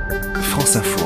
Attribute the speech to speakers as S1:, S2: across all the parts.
S1: France Info.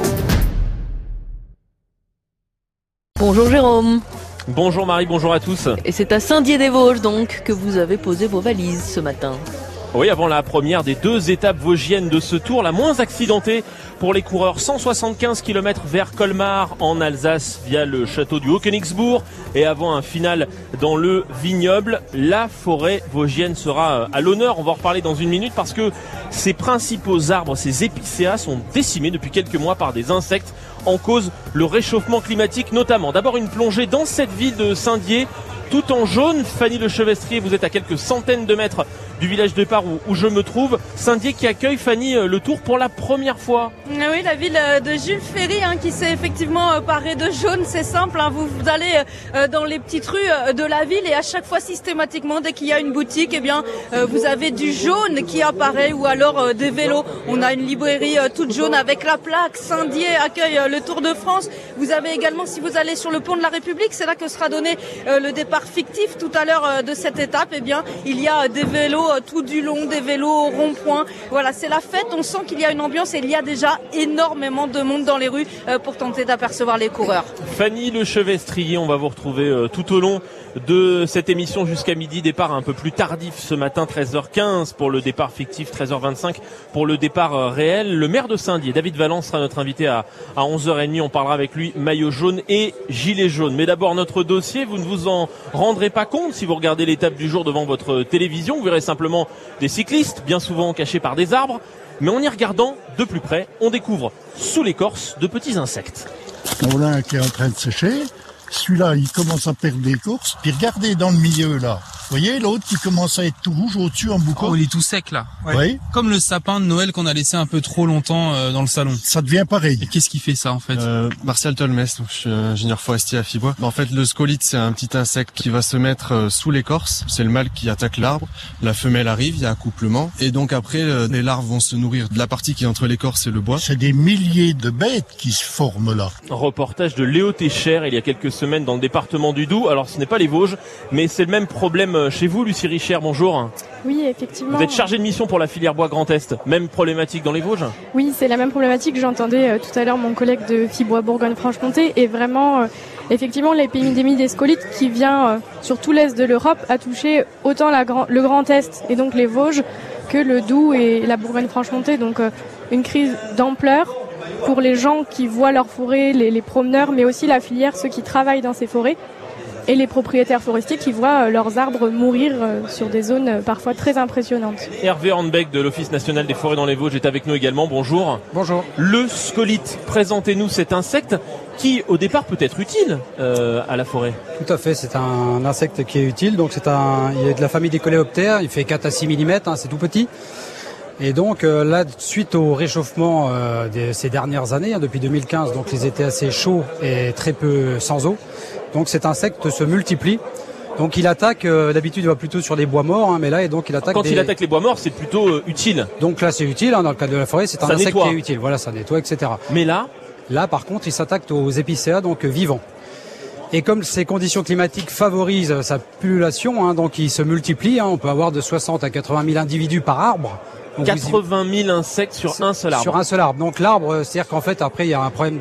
S2: Bonjour Jérôme.
S3: Bonjour Marie, bonjour à tous.
S2: Et c'est à Saint-Dié-des-Vosges donc que vous avez posé vos valises ce matin.
S3: Oui, avant la première des 2 étapes vosgiennes de ce tour, la moins accidentée pour les coureurs. 175 km vers Colmar en Alsace via le château du Haut-Königsbourg. Et avant un final dans le vignoble, la forêt vosgienne sera à l'honneur. On va en reparler dans une minute parce que ces principaux arbres, ces épicéas, sont décimés depuis quelques mois par des insectes. En cause, le réchauffement climatique notamment. D'abord une plongée dans cette ville de Saint-Dié, tout en jaune. Fanny Lechevestrier, vous êtes à quelques centaines de mètres du village de départ où je me trouve. Saint-Dié qui accueille, Fanny, le Tour pour la première fois.
S4: Oui, la ville de Jules Ferry qui s'est effectivement parée de jaune, c'est simple. Vous allez dans les petites rues de la ville et à chaque fois systématiquement, dès qu'il y a une boutique, vous avez du jaune qui apparaît ou alors des vélos. On a une librairie toute jaune avec la plaque Saint-Dié accueille le Tour de France. Vous avez également, si vous allez sur le pont de la République, c'est là que sera donné le départ fictif tout à l'heure de cette étape. Il y a des vélos tout du long, des vélos au rond-point. Voilà, c'est la fête. On sent qu'il y a une ambiance et il y a déjà énormément de monde dans les rues pour tenter d'apercevoir les coureurs.
S3: Fanny Lechevestrier, on va vous retrouver tout au long de cette émission jusqu'à midi. Départ un peu plus tardif ce matin, 13h15 pour le départ fictif, 13h25 pour le départ réel. Le maire de Saint-Dié, David Valence, sera notre invité à 11h30. On parlera avec lui maillot jaune et gilet jaune. Mais d'abord notre dossier, vous ne vous en rendrez pas compte si vous regardez l'étape du jour devant votre télévision. Vous verrez simplement des cyclistes, bien souvent cachés par des arbres. Mais en y regardant de plus près, on découvre sous l'écorce de petits insectes.
S5: Voilà un qui est en train de sécher. Celui-là, il commence à perdre l'écorce. Puis regardez dans le milieu, là. Vous voyez, l'autre qui commence à être tout rouge au-dessus en boucan.
S6: Oh, il est tout sec, là.
S5: Ouais. Oui.
S6: Comme le sapin de Noël qu'on a laissé un peu trop longtemps dans le salon.
S5: Ça devient pareil.
S6: Et qu'est-ce qui fait ça, en fait?
S7: Martial Tolmes, donc je suis ingénieur forestier à Fibois. En fait, le scolite, c'est un petit insecte qui va se mettre sous l'écorce. C'est le mâle qui attaque l'arbre. La femelle arrive, il y a accouplement. Et donc après, les larves vont se nourrir de la partie qui est entre l'écorce et le bois.
S5: C'est des milliers de bêtes qui se forment là.
S3: Reportage de Léo Técher il y a quelques semaines dans le département du Doubs. Alors ce n'est pas les Vosges, mais c'est le même problème chez vous, Lucie Richer. Bonjour.
S8: Oui, effectivement.
S3: Vous êtes chargée de mission pour la filière bois Grand Est. Même problématique dans les Vosges?
S8: Oui, c'est la même problématique. J'entendais tout à l'heure mon collègue de Fibois Bourgogne-Franche-Comté. Et vraiment, effectivement, l'épidémie des scolites qui vient sur tout l'Est de l'Europe a touché autant le Grand Est et donc les Vosges que le Doubs et la Bourgogne-Franche-Comté. Donc une crise d'ampleur pour les gens qui voient leurs forêts, les promeneurs, mais aussi la filière, ceux qui travaillent dans ces forêts. Et les propriétaires forestiers qui voient leurs arbres mourir sur des zones parfois très impressionnantes.
S3: Hervé Hornbeck de l'Office national des forêts dans les Vosges est avec nous également. Bonjour.
S9: Bonjour.
S3: Le scolite, présentez-nous cet insecte qui au départ peut être utile à la forêt.
S9: Tout à fait, c'est un insecte qui est utile. Donc il est de la famille des coléoptères, il fait 4 à 6 mm, c'est tout petit. Et donc là, suite au réchauffement de ces dernières années, depuis 2015, donc les étés assez chauds et très peu sans eau, donc cet insecte se multiplie. Donc il attaque, d'habitude il va plutôt sur les bois morts, mais là il attaque.
S3: Quand il attaque les bois morts, c'est plutôt utile.
S9: Donc là c'est utile, dans le cadre de la forêt, c'est un insecte qui est utile. Voilà, ça nettoie, etc.
S3: Mais là
S9: par contre, il s'attaque aux épicéas, donc vivants. Et comme ces conditions climatiques favorisent sa pullulation, donc il se multiplie, on peut avoir de 60 à 80 000 individus par arbre.
S3: Donc 80 000 insectes sur un seul arbre.
S9: Sur un seul arbre. Donc l'arbre, c'est-à-dire qu'en fait après il y a un problème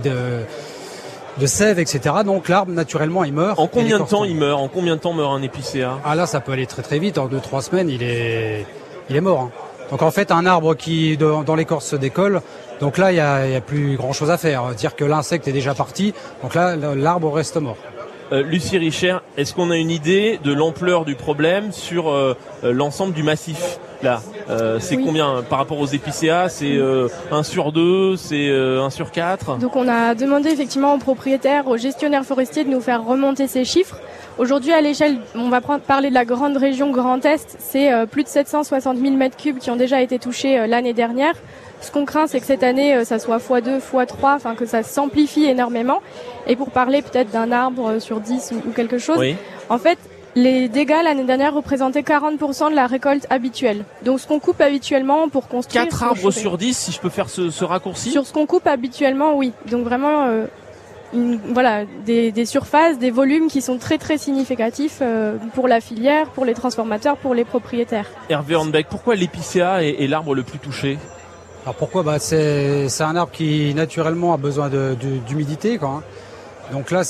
S9: de sève, etc. Donc l'arbre naturellement il meurt.
S3: En combien de temps il meurt? En combien de temps meurt un épicéa?
S9: Ah là ça peut aller très très vite. En 2-3 semaines il est mort. Donc en fait un arbre qui dans l'écorce se décolle, donc là il y a plus grand chose à faire. C'est-à-dire que l'insecte est déjà parti. Donc là l'arbre reste mort.
S3: Lucie Richer, est-ce qu'on a une idée de l'ampleur du problème sur l'ensemble du massif là? C'est oui. Combien par rapport aux épicéas? C'est 1 sur 2, c'est 1 sur 4?
S8: Donc on a demandé effectivement aux propriétaires, aux gestionnaires forestiers de nous faire remonter ces chiffres. Aujourd'hui à l'échelle, on va parler de la grande région Grand Est, c'est plus de 760 000 m3 qui ont déjà été touchés l'année dernière. Ce qu'on craint, c'est que cette année, ça soit x2, x3, enfin que ça s'amplifie énormément. Et pour parler peut-être d'un arbre sur 10 ou quelque chose, oui. En fait, les dégâts l'année dernière représentaient 40% de la récolte habituelle. Donc ce qu'on coupe habituellement pour construire...
S3: 4 arbres sur 10, si je peux faire ce raccourci?
S8: Sur ce qu'on coupe habituellement, oui. Donc vraiment... voilà, des surfaces, des volumes qui sont très très significatifs pour la filière, pour les transformateurs, pour les propriétaires.
S3: Hervé Hornbeck, pourquoi l'épicéa est l'arbre le plus touché?
S9: Alors pourquoi ? C'est un arbre qui naturellement a besoin d'humidité, quoi, hein. Donc là,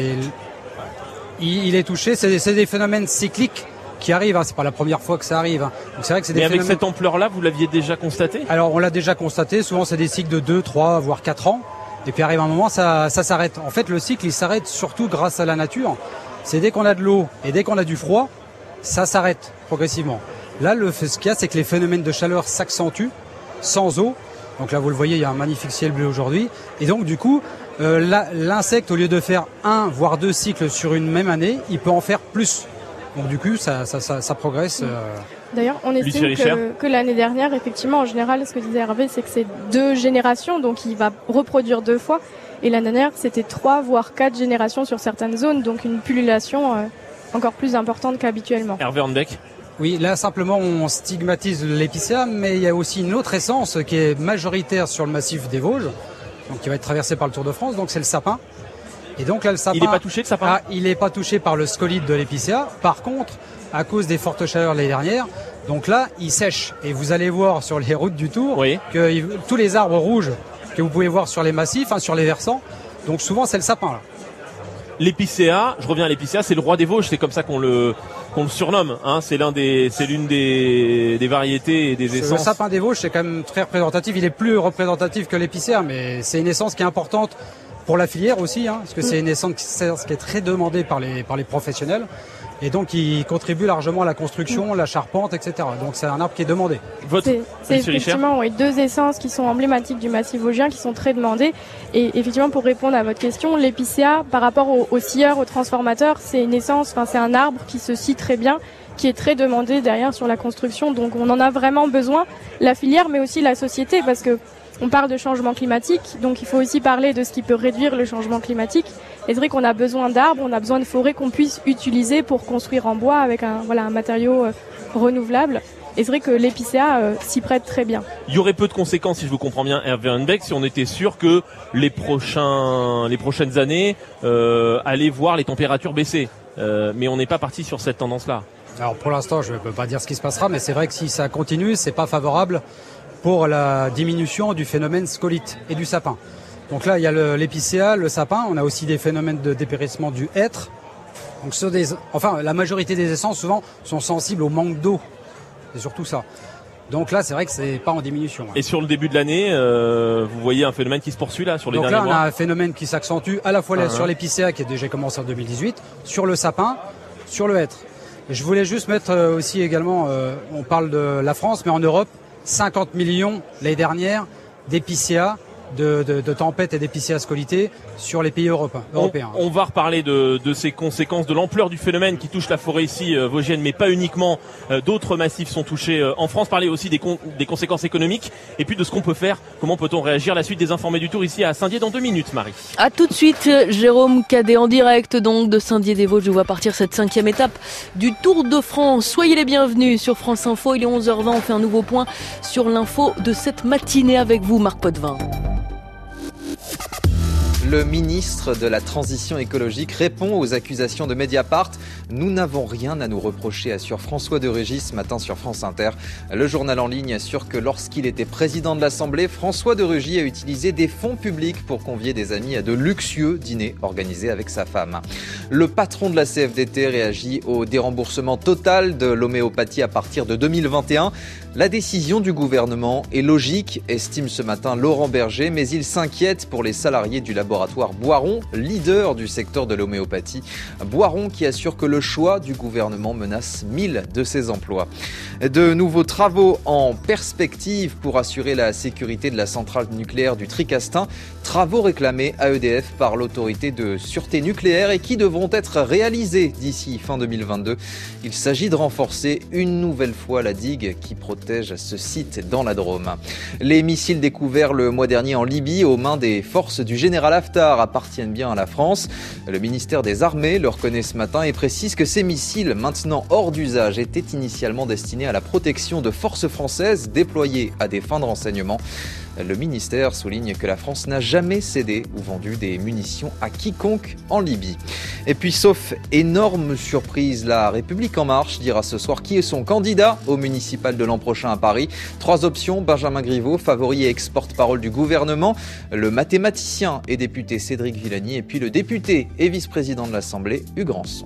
S9: il est touché. C'est des phénomènes cycliques qui arrivent, hein. C'est pas la première fois que ça arrive, hein. Donc c'est vrai que c'est des
S3: avec cette ampleur-là, vous l'aviez déjà constaté ?
S9: Alors on l'a déjà constaté. Souvent, c'est des cycles de 2, 3, voire 4 ans. Et puis arrive un moment, ça s'arrête. En fait, le cycle, il s'arrête surtout grâce à la nature. C'est dès qu'on a de l'eau et dès qu'on a du froid, ça s'arrête progressivement. Là, ce qu'il y a, c'est que les phénomènes de chaleur s'accentuent sans eau. Donc là, vous le voyez, il y a un magnifique ciel bleu aujourd'hui. Et donc, du coup, l'insecte, au lieu de faire 1 voire 2 cycles sur une même année, il peut en faire plus. Donc du coup, ça progresse.
S8: D'ailleurs, on estime que l'année dernière, effectivement, en général, ce que disait Hervé, c'est que c'est 2 générations, donc il va reproduire 2 fois. Et l'année dernière, c'était 3 voire 4 générations sur certaines zones, donc une pullulation encore plus importante qu'habituellement.
S3: Hervé Hornbeck.
S9: Oui, là simplement on stigmatise l'épicéa, mais il y a aussi une autre essence qui est majoritaire sur le massif des Vosges, donc qui va être traversé par le Tour de France, donc c'est le sapin. Et donc là, le sapin,
S3: il n'est pas touché, le sapin ?
S9: Il n'est pas touché par le scolyte de l'épicéa. Par contre, à cause des fortes chaleurs l'année dernière, donc là, il sèche. Et vous allez voir sur les routes du Tour que tous les arbres rouges que vous pouvez voir sur les massifs, hein, sur les versants, donc souvent c'est le sapin là.
S3: L'épicéa, je reviens à l'épicéa, c'est le roi des Vosges, c'est comme ça qu'on le surnomme, hein. C'est l'une des variétés et des essences.
S9: Le sapin des Vosges, c'est quand même très représentatif. Il est plus représentatif que l'épicéa, mais c'est une essence qui est importante pour la filière aussi, hein, parce que c'est une essence qui est très demandée par les professionnels. Et donc, il contribue largement à la construction, la charpente, etc. Donc, c'est un arbre qui est demandé.
S8: C'est effectivement 2 essences qui sont emblématiques du massif vosgien, qui sont très demandées. Et effectivement, pour répondre à votre question, l'épicéa, par rapport aux scieurs, aux transformateurs, c'est une essence, c'est un arbre qui se scie très bien, qui est très demandé derrière sur la construction. Donc, on en a vraiment besoin, la filière, mais aussi la société, parce que on parle de changement climatique, donc il faut aussi parler de ce qui peut réduire le changement climatique. Et c'est vrai qu'on a besoin d'arbres, on a besoin de forêts qu'on puisse utiliser pour construire en bois avec un matériau renouvelable. Et c'est vrai que l'épicéa s'y prête très bien.
S3: Il y aurait peu de conséquences, si je vous comprends bien, Hervé Hornbeck, si on était sûr que les prochaines années allaient voir les températures baisser. Mais on n'est pas parti sur cette tendance-là.
S9: Alors pour l'instant, je ne peux pas dire ce qui se passera, mais c'est vrai que si ça continue, c'est pas favorable pour la diminution du phénomène scolyte et du sapin. Donc là, il y a l'épicéa, le sapin. On a aussi des phénomènes de dépérissement du hêtre. Donc la majorité des essences, souvent, sont sensibles au manque d'eau. C'est surtout ça. Donc là, c'est vrai que c'est pas en diminution.
S3: Et sur le début de l'année, vous voyez un phénomène qui se poursuit là, sur les derniers mois ?
S9: Donc là, on a un phénomène qui s'accentue à la fois sur l'épicéa, qui a déjà commencé en 2018, sur le sapin, sur le hêtre. Et je voulais juste mettre aussi également, on parle de la France, mais en Europe, 50 millions l'année dernière d'épicéa, de tempêtes et d'épicéa scolytés sur les pays européens.
S3: On va reparler de ces conséquences, de l'ampleur du phénomène qui touche la forêt ici vosgienne, mais pas uniquement. D'autres massifs sont touchés en France. Parler aussi des conséquences économiques et puis de ce qu'on peut faire. Comment peut-on réagir ? La suite des Informés du Tour ici à Saint-Dié dans 2 minutes, Marie.
S2: À tout de suite, Jérôme Cadet en direct donc de Saint-Dié-des-Vosges. Je vois partir cette 5e étape du Tour de France. Soyez les bienvenus sur France Info. Il est 11h20. On fait un nouveau point sur l'info de cette matinée avec vous, Marc Potvin.
S1: Le ministre de la Transition écologique répond aux accusations de Mediapart. Nous n'avons rien à nous reprocher, assure François de Rugy ce matin sur France Inter. Le journal en ligne assure que lorsqu'il était président de l'Assemblée, François de Rugy a utilisé des fonds publics pour convier des amis à de luxueux dîners organisés avec sa femme. Le patron de la CFDT réagit au déremboursement total de l'homéopathie à partir de 2021. La décision du gouvernement est logique, estime ce matin Laurent Berger, mais il s'inquiète pour les salariés du laboratoire Boiron, leader du secteur de l'homéopathie. Boiron qui assure que le choix du gouvernement menace 1000 de ses emplois. De nouveaux travaux en perspective pour assurer la sécurité de la centrale nucléaire du Tricastin. Travaux réclamés à EDF par l'autorité de sûreté nucléaire et qui devront être réalisés d'ici fin 2022. Il s'agit de renforcer une nouvelle fois la digue qui protège ce site dans la Drôme. Les missiles découverts le mois dernier en Libye aux mains des forces du général Haftar appartiennent bien à la France. Le ministère des Armées le reconnaît ce matin et précise que ces missiles, maintenant hors d'usage, étaient initialement destinés à la protection de forces françaises déployées à des fins de renseignement. Le ministère souligne que la France n'a jamais cédé ou vendu des munitions à quiconque en Libye. Et puis, sauf énorme surprise, la République En Marche dira ce soir qui est son candidat au municipal de l'an prochain à Paris. 3 options, Benjamin Griveaux, favori et ex-porte-parole du gouvernement, le mathématicien et député Cédric Villani et puis le député et vice-président de l'Assemblée, Hugues Rançon.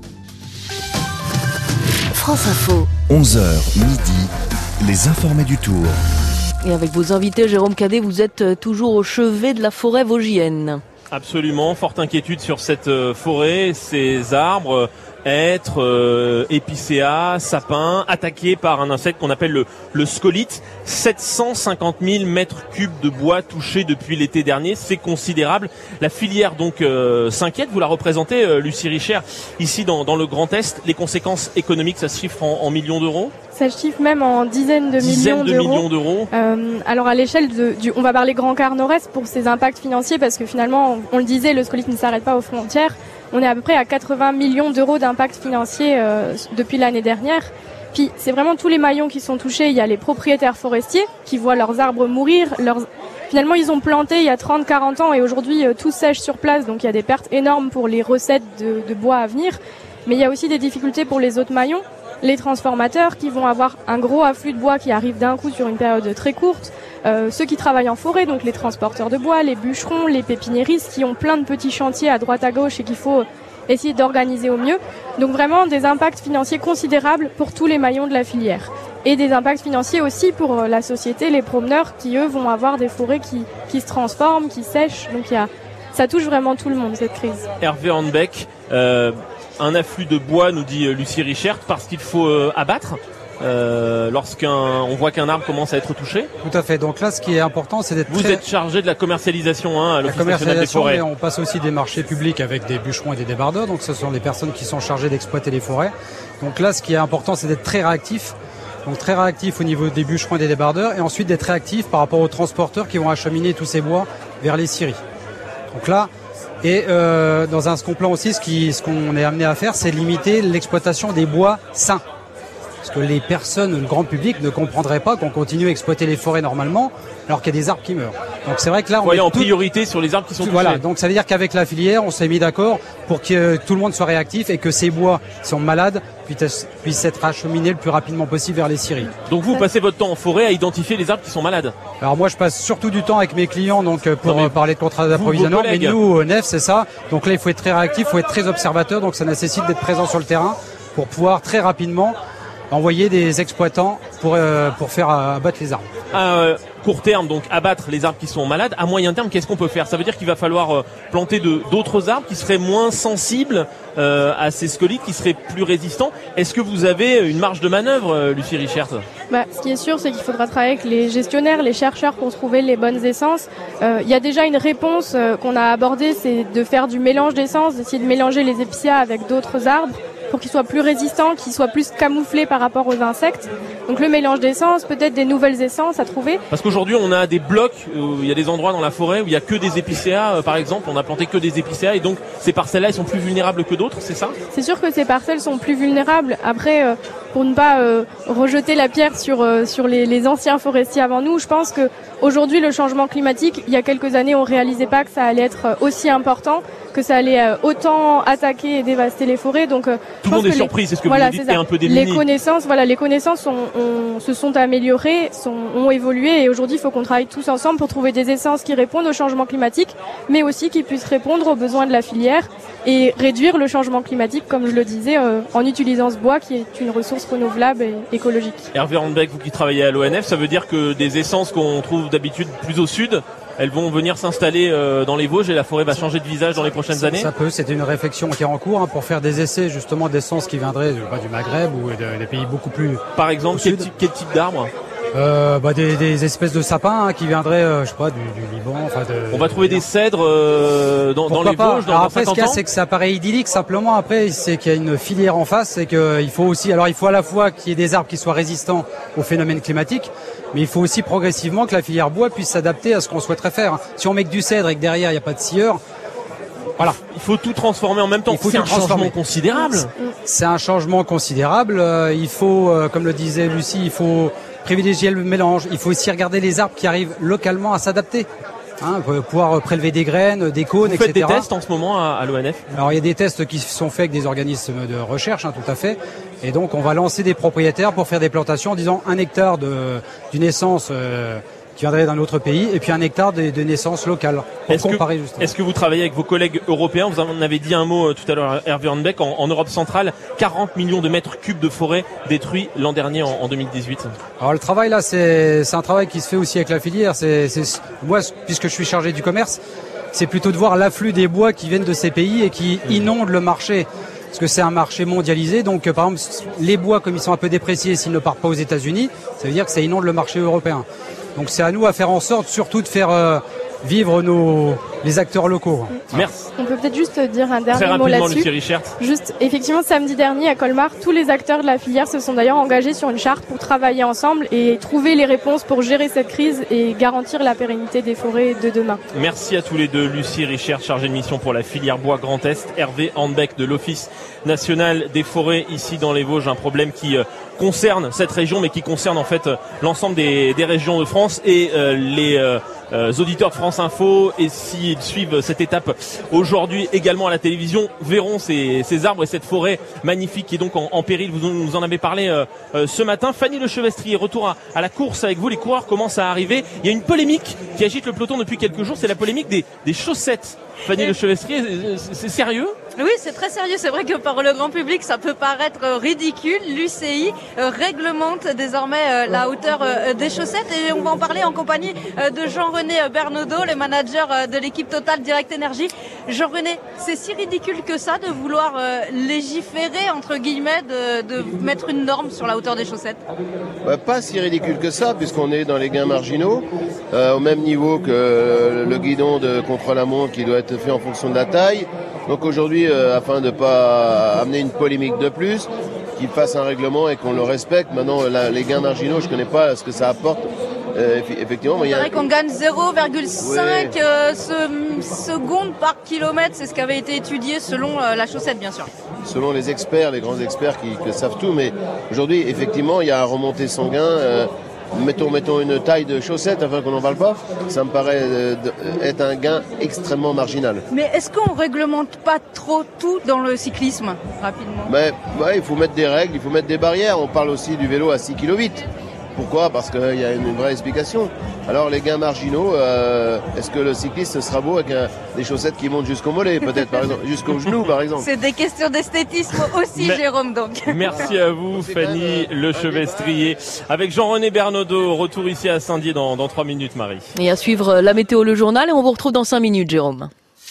S10: France Info. 11h midi, les informés du Tour.
S2: Et avec vos invités, Jérôme Cadet, vous êtes toujours au chevet de la forêt vosgienne.
S3: Absolument, forte inquiétude sur cette forêt, ces arbres, hêtres, épicéas, sapins, attaqués par un insecte qu'on appelle le scolite. 750 000 mètres cubes de bois touchés depuis l'été dernier, c'est considérable. La filière donc s'inquiète, vous la représentez, Lucie Richert, ici dans le Grand Est. Les conséquences économiques, ça se chiffre en millions d'euros ?
S8: Ça se chiffre même en dizaines de millions d'euros. Alors à l'échelle on va parler Grand Quart Nord-Est pour ses impacts financiers, parce que finalement, on le disait, le scolite ne s'arrête pas aux frontières. On est à peu près à 80 millions d'euros d'impact financier depuis l'année dernière. Puis c'est vraiment tous les maillons qui sont touchés. Il y a les propriétaires forestiers qui voient leurs arbres mourir. Finalement, ils ont planté il y a 30-40 ans et aujourd'hui tout sèche sur place. Donc il y a des pertes énormes pour les recettes de bois à venir. Mais il y a aussi des difficultés pour les autres maillons. Les transformateurs qui vont avoir un gros afflux de bois qui arrive d'un coup sur une période très courte. Ceux qui travaillent en forêt, donc les transporteurs de bois, les bûcherons, les pépiniéristes qui ont plein de petits chantiers à droite à gauche et qu'il faut essayer d'organiser au mieux. Donc vraiment des impacts financiers considérables pour tous les maillons de la filière. Et des impacts financiers aussi pour la société, les promeneurs qui eux vont avoir des forêts qui se transforment, qui sèchent. Donc ça touche vraiment tout le monde, cette crise.
S3: Hervé Hornbeck, un afflux de bois, nous dit Lucie Richert, parce qu'il faut abattre lorsqu'on voit qu'un arbre commence à être touché.
S9: Tout à fait. Donc là, ce qui est important, c'est d'être
S3: Vous êtes chargé de la commercialisation à l'Office national des forêts.
S9: Mais on passe aussi des marchés publics avec des bûcherons et des débardeurs. Donc ce sont les personnes qui sont chargées d'exploiter les forêts. Donc là, ce qui est important, c'est d'être très réactif. Donc très réactif au niveau des bûcherons et des débardeurs, et ensuite d'être réactif par rapport aux transporteurs qui vont acheminer tous ces bois vers les scieries. Donc là, et dans un second plan aussi, ce qu'on est amené à faire, c'est limiter l'exploitation des bois sains. Parce que les personnes, le grand public ne comprendrait pas qu'on continue à exploiter les forêts normalement alors qu'il y a des arbres qui meurent. Donc c'est vrai que là
S3: on est en priorité sur les arbres qui sont touchés.
S9: Voilà, donc ça veut dire qu'avec la filière, on s'est mis d'accord pour que tout le monde soit réactif et que ces bois qui sont malades puissent être acheminés le plus rapidement possible vers les scieries.
S3: Donc vous passez votre temps en forêt à identifier les arbres qui sont malades.
S9: Alors moi je passe surtout du temps avec mes clients donc pour parler de contrat d'approvisionnement, mais nous au NEF c'est ça. Donc là il faut être très réactif, il faut être très observateur, donc ça nécessite d'être présent sur le terrain pour pouvoir très rapidement envoyer des exploitants pour faire abattre les arbres.
S3: À court terme, donc abattre les arbres qui sont malades. À moyen terme, qu'est-ce qu'on peut faire ? Ça veut dire qu'il va falloir planter d'autres arbres qui seraient moins sensibles à ces scolites, qui seraient plus résistants. Est-ce que vous avez une marge de manœuvre, Lucie Richert ?
S8: Ce qui est sûr, c'est qu'il faudra travailler avec les gestionnaires, les chercheurs pour trouver les bonnes essences. Il y a déjà une réponse qu'on a abordée, c'est de faire du mélange d'essences, d'essayer de mélanger les épicéas avec d'autres arbres pour qu'ils soient plus résistants, qu'ils soient plus camouflés par rapport aux insectes. Donc le mélange d'essences, peut-être des nouvelles essences à trouver.
S3: Parce qu'aujourd'hui on a des blocs, il y a des endroits dans la forêt où il y a que des épicéas, par exemple, on a planté que des épicéas et donc ces parcelles-là, elles sont plus vulnérables que d'autres, c'est ça ?
S8: C'est sûr que ces parcelles sont plus vulnérables. Après, pour ne pas rejeter la pierre sur les anciens forestiers avant nous, je pense que aujourd'hui le changement climatique, il y a quelques années, on réalisait pas que ça allait être aussi important, que ça allait autant attaquer et dévaster les forêts. Donc
S3: tout le monde est surpris, c'est ce que vous dites, et un peu démuni.
S8: Les connaissances se sont améliorées, ont évolué, et aujourd'hui il faut qu'on travaille tous ensemble pour trouver des essences qui répondent au changement climatique, mais aussi qui puissent répondre aux besoins de la filière et réduire le changement climatique, comme je le disais, en utilisant ce bois qui est une ressource renouvelable et écologique.
S3: Hervé Hornbeck, vous qui travaillez à l'ONF, ça veut dire que des essences qu'on trouve d'habitude plus au sud, elles vont venir s'installer dans les Vosges et la forêt va changer de visage dans les prochaines années ?
S9: Ça peut, c'est une réflexion qui est en cours pour faire des essais justement d'essences qui viendraient du Maghreb ou des pays beaucoup plus...
S3: Par exemple, quel type d'arbres ?
S9: Des espèces de sapins qui viendraient, du Liban.
S3: On va trouver des cèdres dans les Vosges dans 50 ans.
S9: Après, ce qu'il y a, c'est que ça paraît idyllique. Simplement, après, c'est qu'il y a une filière en face, c'est qu'il faut aussi, il faut à la fois qu'il y ait des arbres qui soient résistants aux phénomènes climatiques, mais il faut aussi progressivement que la filière bois puisse s'adapter à ce qu'on souhaiterait faire. Si on met que du cèdre et que derrière il n'y a pas de scieur, voilà.
S3: Il faut tout transformer en même temps. C'est un changement considérable.
S9: C'est un changement considérable. Il faut, comme le disait Lucie, il faut privilégier le mélange. Il faut aussi regarder les arbres qui arrivent localement à s'adapter. Pour pouvoir prélever des graines, des cônes, etc.
S3: Vous faites des tests en ce moment à l'ONF ?
S9: Alors il y a des tests qui sont faits avec des organismes de recherche, tout à fait. Et donc on va lancer des propriétaires pour faire des plantations en disant 1 hectare d'une essence qui viendrait d'un autre pays et puis 1 hectare de naissance locale.
S3: Est-ce que vous travaillez avec vos collègues européens ? Vous en avez dit un mot tout à l'heure, Hervé Hornbeck. En Europe centrale, 40 millions de mètres cubes de forêt détruits l'an dernier en 2018.
S9: Alors le travail là, c'est un travail qui se fait aussi avec la filière. Moi, puisque je suis chargé du commerce, c'est plutôt de voir l'afflux des bois qui viennent de ces pays et qui inondent le marché. Parce que c'est un marché mondialisé, donc par exemple les bois, comme ils sont un peu dépréciés, s'ils ne partent pas aux États-Unis, ça veut dire que ça inonde le marché européen. Donc c'est à nous à faire en sorte surtout de faire vivre les acteurs locaux.
S3: Merci.
S8: On peut peut-être juste dire un dernier mot là-dessus.
S3: Lucie Richert.
S8: Juste, effectivement, samedi dernier à Colmar, tous les acteurs de la filière se sont d'ailleurs engagés sur une charte pour travailler ensemble et trouver les réponses pour gérer cette crise et garantir la pérennité des forêts de demain.
S3: Merci à tous les deux. Lucie Richert, chargée de mission pour la filière bois Grand Est, Hervé Hornbeck de l'Office national des forêts ici dans les Vosges, un problème qui concerne cette région mais qui concerne en fait l'ensemble des régions de France et les auditeurs de France Info, et s'ils suivent cette étape aujourd'hui également à la télévision, verront ces arbres et cette forêt magnifique qui est donc en péril. Vous nous en avez parlé ce matin. Fanny Lechevestrier, retour à la course avec vous. Les coureurs commencent à arriver. Il y a une polémique qui agite le peloton depuis quelques jours, c'est la polémique des chaussettes. Fanny Lechevestrier, c'est sérieux ?
S4: Oui, c'est très sérieux. C'est vrai que par le grand public, ça peut paraître ridicule. L'UCI réglemente désormais la hauteur des chaussettes et on va en parler en compagnie de Jean-René Bernaudot, le manager de l'équipe Total Direct Energy. Jean-René, c'est si ridicule que ça de vouloir légiférer, entre guillemets, de mettre une norme sur la hauteur des chaussettes ?
S11: Pas si ridicule que ça, puisqu'on est dans les gains marginaux, au même niveau que le guidon de contre-la-montre qui doit être fait en fonction de la taille. Donc aujourd'hui, afin de ne pas amener une polémique de plus, qu'il fasse un règlement et qu'on le respecte. Maintenant, les gains marginaux, je ne connais pas ce que ça apporte. Effectivement,
S4: il paraît qu'on gagne 0,5 secondes par kilomètre. C'est ce qui avait été étudié selon la chaussette, bien sûr.
S11: Selon les experts, les grands experts qui savent tout. Mais aujourd'hui, effectivement, il y a un remontée sanguin. Mettons une taille de chaussette afin qu'on n'en parle pas, ça me paraît être un gain extrêmement marginal.
S4: Mais est-ce qu'on ne réglemente pas trop tout dans le cyclisme, rapidement ?
S11: Il faut mettre des règles, il faut mettre des barrières. On parle aussi du vélo à 6 km. Pourquoi ? Parce qu'il y a une vraie explication. Alors les gains marginaux, est-ce que le cycliste sera beau avec des chaussettes qui montent jusqu'au mollet, peut-être par exemple, jusqu'au genou par exemple ?
S4: C'est des questions d'esthétisme aussi, Jérôme, donc.
S3: Merci à vous, Fanny Lechevestrier. Avec Jean-René Bernaudot, retour ici à Saint-Dié dans 3 minutes, Marie.
S2: Et à suivre la météo, le journal, et on vous retrouve dans 5 minutes, Jérôme.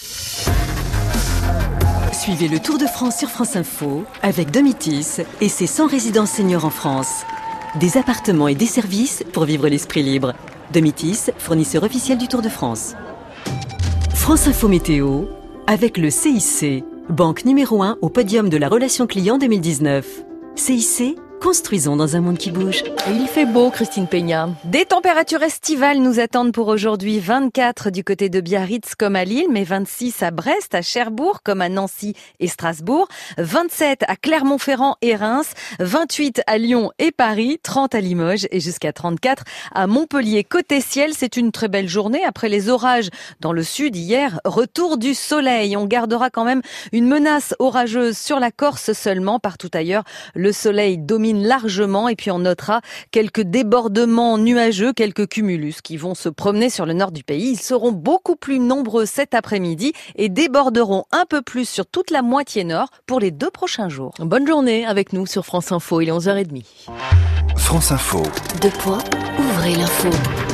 S12: Suivez le Tour de France sur France Info avec Domitis et ses 100 résidences seniors en France. Des appartements et des services pour vivre l'esprit libre. Domitis, fournisseur officiel du Tour de France. France Info Météo avec le CIC, banque numéro 1 au podium de la relation client 2019. CIC, construisons dans un monde qui bouge.
S2: Et il fait beau, Christine Peña.
S13: Des températures estivales nous attendent pour aujourd'hui. 24 du côté de Biarritz comme à Lille, mais 26 à Brest, à Cherbourg comme à Nancy et Strasbourg. 27 à Clermont-Ferrand et Reims. 28 à Lyon et Paris. 30 à Limoges et jusqu'à 34 à Montpellier. Côté ciel, c'est une très belle journée. Après les orages dans le sud hier, retour du soleil. On gardera quand même une menace orageuse sur la Corse seulement. Partout ailleurs, le soleil domine largement et puis on notera quelques débordements nuageux, quelques cumulus qui vont se promener sur le nord du pays. Ils seront beaucoup plus nombreux cet après-midi et déborderont un peu plus sur toute la moitié nord pour les 2 prochains jours.
S2: Bonne journée avec nous sur France Info, il est 11h30.
S10: France Info.
S12: 2 points, ouvrez l'info.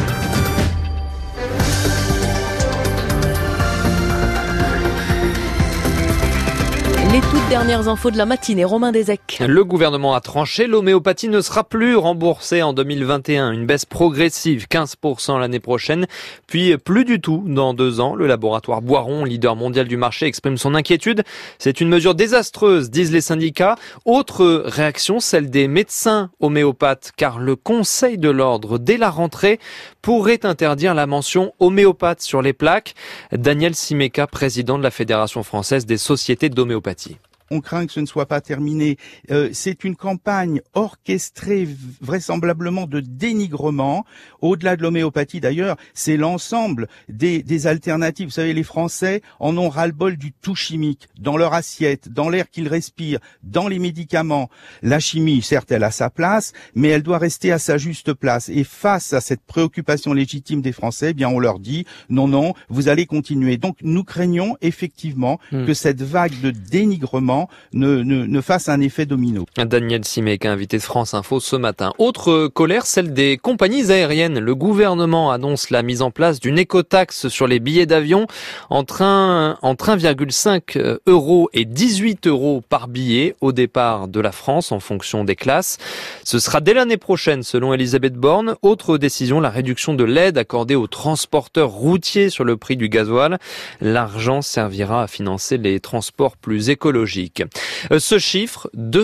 S2: Les toutes dernières infos de la matinée, Romain Desec.
S14: Le gouvernement a tranché, l'homéopathie ne sera plus remboursée en 2021. Une baisse progressive, 15% l'année prochaine, puis plus du tout dans 2 ans. Le laboratoire Boiron, leader mondial du marché, exprime son inquiétude. C'est une mesure désastreuse, disent les syndicats. Autre réaction, celle des médecins homéopathes, car le Conseil de l'ordre, dès la rentrée, pourrait interdire la mention homéopathe sur les plaques. Daniel Simeka, président de la Fédération française des sociétés d'homéopathie.
S15: On craint que ce ne soit pas terminé. C'est une campagne orchestrée vraisemblablement de dénigrement. Au-delà de l'homéopathie d'ailleurs, c'est l'ensemble des alternatives. Vous savez, les Français en ont ras-le-bol du tout chimique, dans leur assiette, dans l'air qu'ils respirent, dans les médicaments. La chimie, certes, elle a sa place, mais elle doit rester à sa juste place. Et face à cette préoccupation légitime des Français, eh bien, on leur dit non, vous allez continuer. Donc, nous craignons effectivement que cette vague de dénigrement ne fasse un effet domino.
S14: Daniel Simek, invité de France Info ce matin. Autre colère, celle des compagnies aériennes. Le gouvernement annonce la mise en place d'une écotaxe sur les billets d'avion entre 1,5 € et 18 € par billet au départ de la France en fonction des classes. Ce sera dès l'année prochaine selon Elisabeth Borne. Autre décision, la réduction de l'aide accordée aux transporteurs routiers sur le prix du gasoil. L'argent servira à financer les transports plus écologiques. Ce chiffre,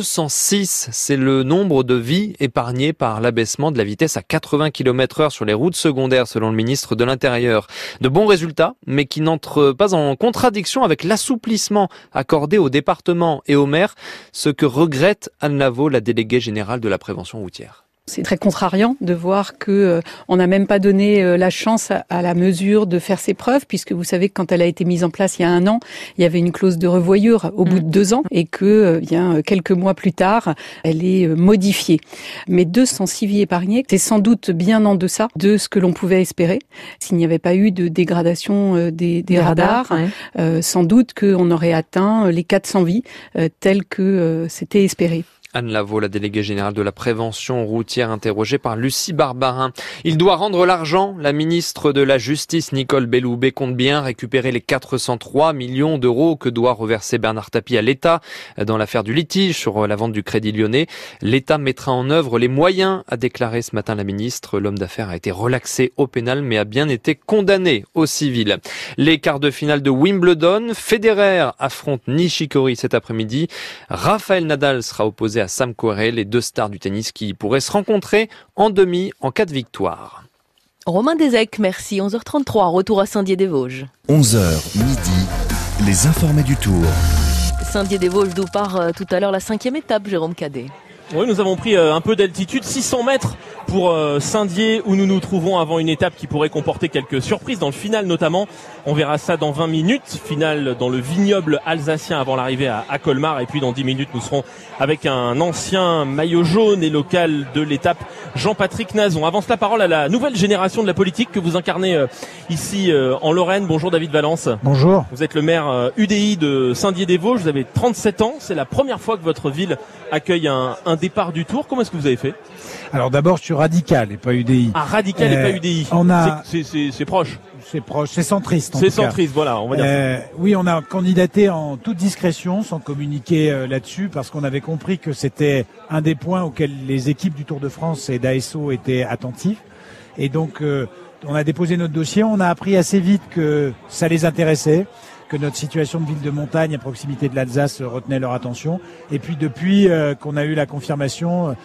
S14: 206, c'est le nombre de vies épargnées par l'abaissement de la vitesse à 80 km/h sur les routes secondaires selon le ministre de l'Intérieur. De bons résultats, mais qui n'entrent pas en contradiction avec l'assouplissement accordé aux départements et aux maires, ce que regrette Anne Lavaux, la déléguée générale de la prévention routière.
S16: C'est très contrariant de voir que on n'a même pas donné la chance à la mesure de faire ses preuves, puisque vous savez que quand elle a été mise en place il y a 1 an, il y avait une clause de revoyure au bout de 2 ans et que bien quelques mois plus tard, elle est modifiée. Mais 206 vies épargnées, c'est sans doute bien en deçà de ce que l'on pouvait espérer. S'il n'y avait pas eu de dégradation des radars, sans doute qu'on aurait atteint les 400 vies telles que c'était espéré.
S14: Anne Lavaux, la déléguée générale de la prévention routière, interrogée par Lucie Barbarin. Il doit rendre l'argent. La ministre de la Justice, Nicole Belloubet, compte bien récupérer les 403 millions d'euros que doit reverser Bernard Tapie à l'État dans l'affaire du litige sur la vente du Crédit Lyonnais. L'État mettra en œuvre les moyens, a déclaré ce matin la ministre. L'homme d'affaires a été relaxé au pénal, mais a bien été condamné au civil. Les quarts de finale de Wimbledon. Federer affronte Nishikori cet après-midi. Rafael Nadal sera opposé à Sam Querrey, les 2 stars du tennis qui pourraient se rencontrer en demi en cas de victoire.
S2: Romain Desec, merci. 11h33, retour à Saint-Dié-des-Vosges.
S10: 11h midi, les informés du Tour.
S2: Saint-Dié-des-Vosges d'où part tout à l'heure la 5e étape, Jérôme Cadet.
S3: Oui, nous avons pris un peu d'altitude, 600 mètres pour Saint-Dié où nous nous trouvons avant une étape qui pourrait comporter quelques surprises dans le final notamment. On verra ça dans 20 minutes, finale dans le vignoble alsacien avant l'arrivée à Colmar, et puis dans 10 minutes nous serons avec un ancien maillot jaune et local de l'étape, Jean-Patrick Nazon. Avance la parole à la nouvelle génération de la politique que vous incarnez ici en Lorraine. Bonjour David Valence.
S17: Bonjour.
S3: Vous êtes le maire UDI de Saint-Dié-des-Vosges, vous avez 37 ans, c'est la première fois que votre ville accueille un départ du Tour. Comment est-ce que vous avez fait?
S17: Alors d'abord, je suis radical et pas UDI.
S3: Ah, radical et pas UDI. C'est proche.
S17: C'est proche, c'est centriste.
S3: C'est centriste, voilà, on va dire ça.
S17: Oui, on a candidaté en toute discrétion, sans communiquer là-dessus, parce qu'on avait compris que c'était un des points auxquels les équipes du Tour de France et d'ASO étaient attentifs. Et donc, on a déposé notre dossier. On a appris assez vite que ça les intéressait, que notre situation de ville de montagne à proximité de l'Alsace retenait leur attention. Et puis depuis qu'on a eu la confirmation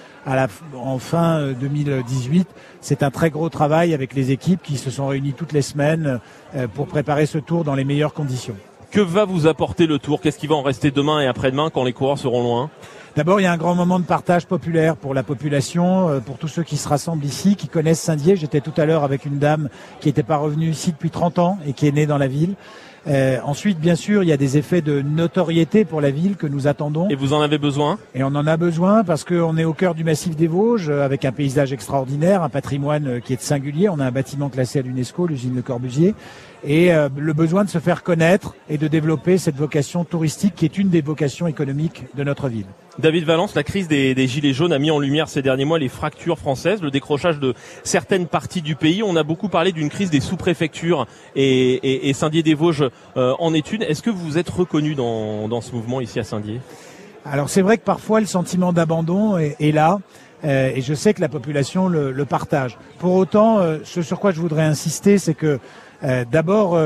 S17: en fin 2018, c'est un très gros travail avec les équipes qui se sont réunies toutes les semaines pour préparer ce tour dans les meilleures conditions.
S3: Que va vous apporter le Tour? Qu'est-ce qui va en rester demain et après-demain quand les coureurs seront loin?
S17: D'abord, il y a un grand moment de partage populaire pour la population, pour tous ceux qui se rassemblent ici, qui connaissent Saint-Dié. J'étais tout à l'heure avec une dame qui n'était pas revenue ici depuis 30 ans et qui est née dans la ville. Ensuite, bien sûr, il y a des effets de notoriété pour la ville que nous attendons.
S3: Et vous en avez besoin?
S17: Et on en a besoin parce qu'on est au cœur du massif des Vosges, avec un paysage extraordinaire, un patrimoine qui est singulier. On a un bâtiment classé à l'UNESCO, l'usine Le Corbusier, et le besoin de se faire connaître et de développer cette vocation touristique qui est une des vocations économiques de notre ville.
S3: David Valence, la crise des Gilets jaunes a mis en lumière ces derniers mois les fractures françaises, le décrochage de certaines parties du pays. On a beaucoup parlé d'une crise des sous-préfectures et Saint-Dié-des-Vosges en est une. Est-ce que vous êtes reconnu dans ce mouvement ici à Saint-Dié?
S17: Alors c'est vrai que parfois le sentiment d'abandon est là. Et je sais que la population le partage. Pour autant, ce sur quoi je voudrais insister, c'est que d'abord,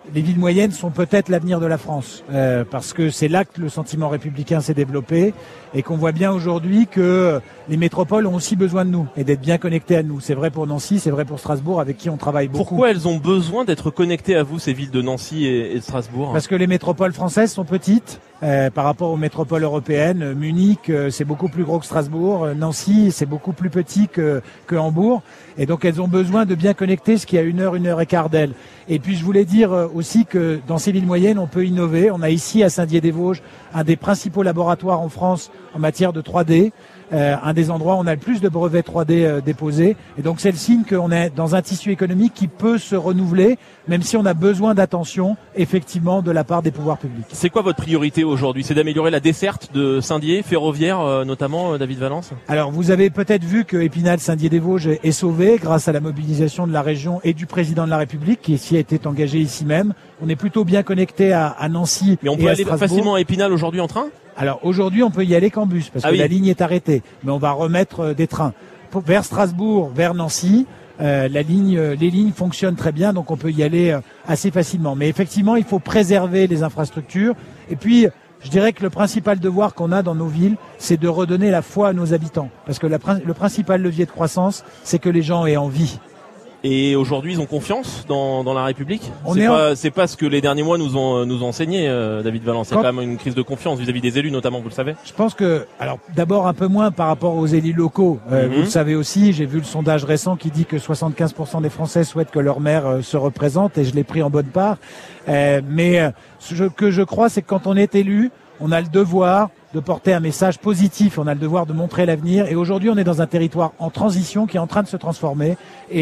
S17: les villes moyennes sont peut-être l'avenir de la France, parce que c'est là que le sentiment républicain s'est développé et qu'on voit bien aujourd'hui que les métropoles ont aussi besoin de nous et d'être bien connectées à nous. C'est vrai pour Nancy, c'est vrai pour Strasbourg, avec qui on travaille beaucoup.
S3: Pourquoi elles ont besoin d'être connectées à vous, ces villes de Nancy et de Strasbourg?
S17: Parce que les métropoles françaises sont petites par rapport aux métropoles européennes. Munich, c'est beaucoup plus gros que Strasbourg. Nancy, c'est beaucoup plus petit que Hambourg. Et donc, elles ont besoin de bien connecter, ce qui est à 1 heure et quart d'elles. Et puis, je voulais dire aussi que dans ces villes moyennes, on peut innover. On a ici, à Saint-Dié-des-Vosges, un des principaux laboratoires en France en matière de 3D. Un des endroits où on a le plus de brevets 3D déposés. Et donc, c'est le signe qu'on est dans un tissu économique qui peut se renouveler, même si on a besoin d'attention, effectivement, de la part des pouvoirs publics.
S3: C'est quoi votre priorité aujourd'hui? C'est d'améliorer la desserte de Saint-Dié, ferroviaire notamment, David Valence?
S17: Alors, vous avez peut-être vu que Épinal Saint-Dié-des-Vosges est sauvé grâce à la mobilisation de la région et du président de la République, qui s'y a été engagé ici même. On est plutôt bien connecté à Nancy.
S3: Mais on peut aller facilement à Épinal aujourd'hui en train?
S17: Alors aujourd'hui, on peut y aller qu'en bus parce que la ligne est arrêtée. Mais on va remettre des trains vers Strasbourg, vers Nancy. Les lignes fonctionnent très bien, donc on peut y aller assez facilement. Mais effectivement, il faut préserver les infrastructures. Et puis, je dirais que le principal devoir qu'on a dans nos villes, c'est de redonner la foi à nos habitants. Parce que le principal levier de croissance, c'est que les gens aient envie.
S3: Et aujourd'hui, ils ont confiance dans la République. C'est pas ce que les derniers mois nous ont enseigné, David Valence. Il y a quand même une crise de confiance vis-à-vis des élus, notamment, vous le savez.
S17: Je pense que, alors d'abord un peu moins par rapport aux élus locaux. Vous le savez aussi, j'ai vu le sondage récent qui dit que 75% des Français souhaitent que leur maire se représente, et je l'ai pris en bonne part. Mais ce que je crois, c'est que quand on est élu, on a le devoir de porter un message positif, on a le devoir de montrer l'avenir. Et aujourd'hui, on est dans un territoire en transition qui est en train de se transformer,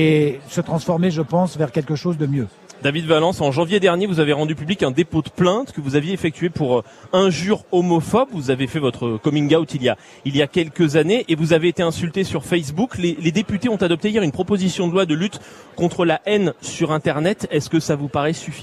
S17: je pense, vers quelque chose de mieux.
S3: David Valence, en janvier dernier, vous avez rendu public un dépôt de plainte que vous aviez effectué pour injures homophobes. Vous avez fait votre coming out il y a quelques années et vous avez été insulté sur Facebook. Les députés ont adopté hier une proposition de loi de lutte contre la haine sur Internet. Est-ce que ça vous paraît suffisant ?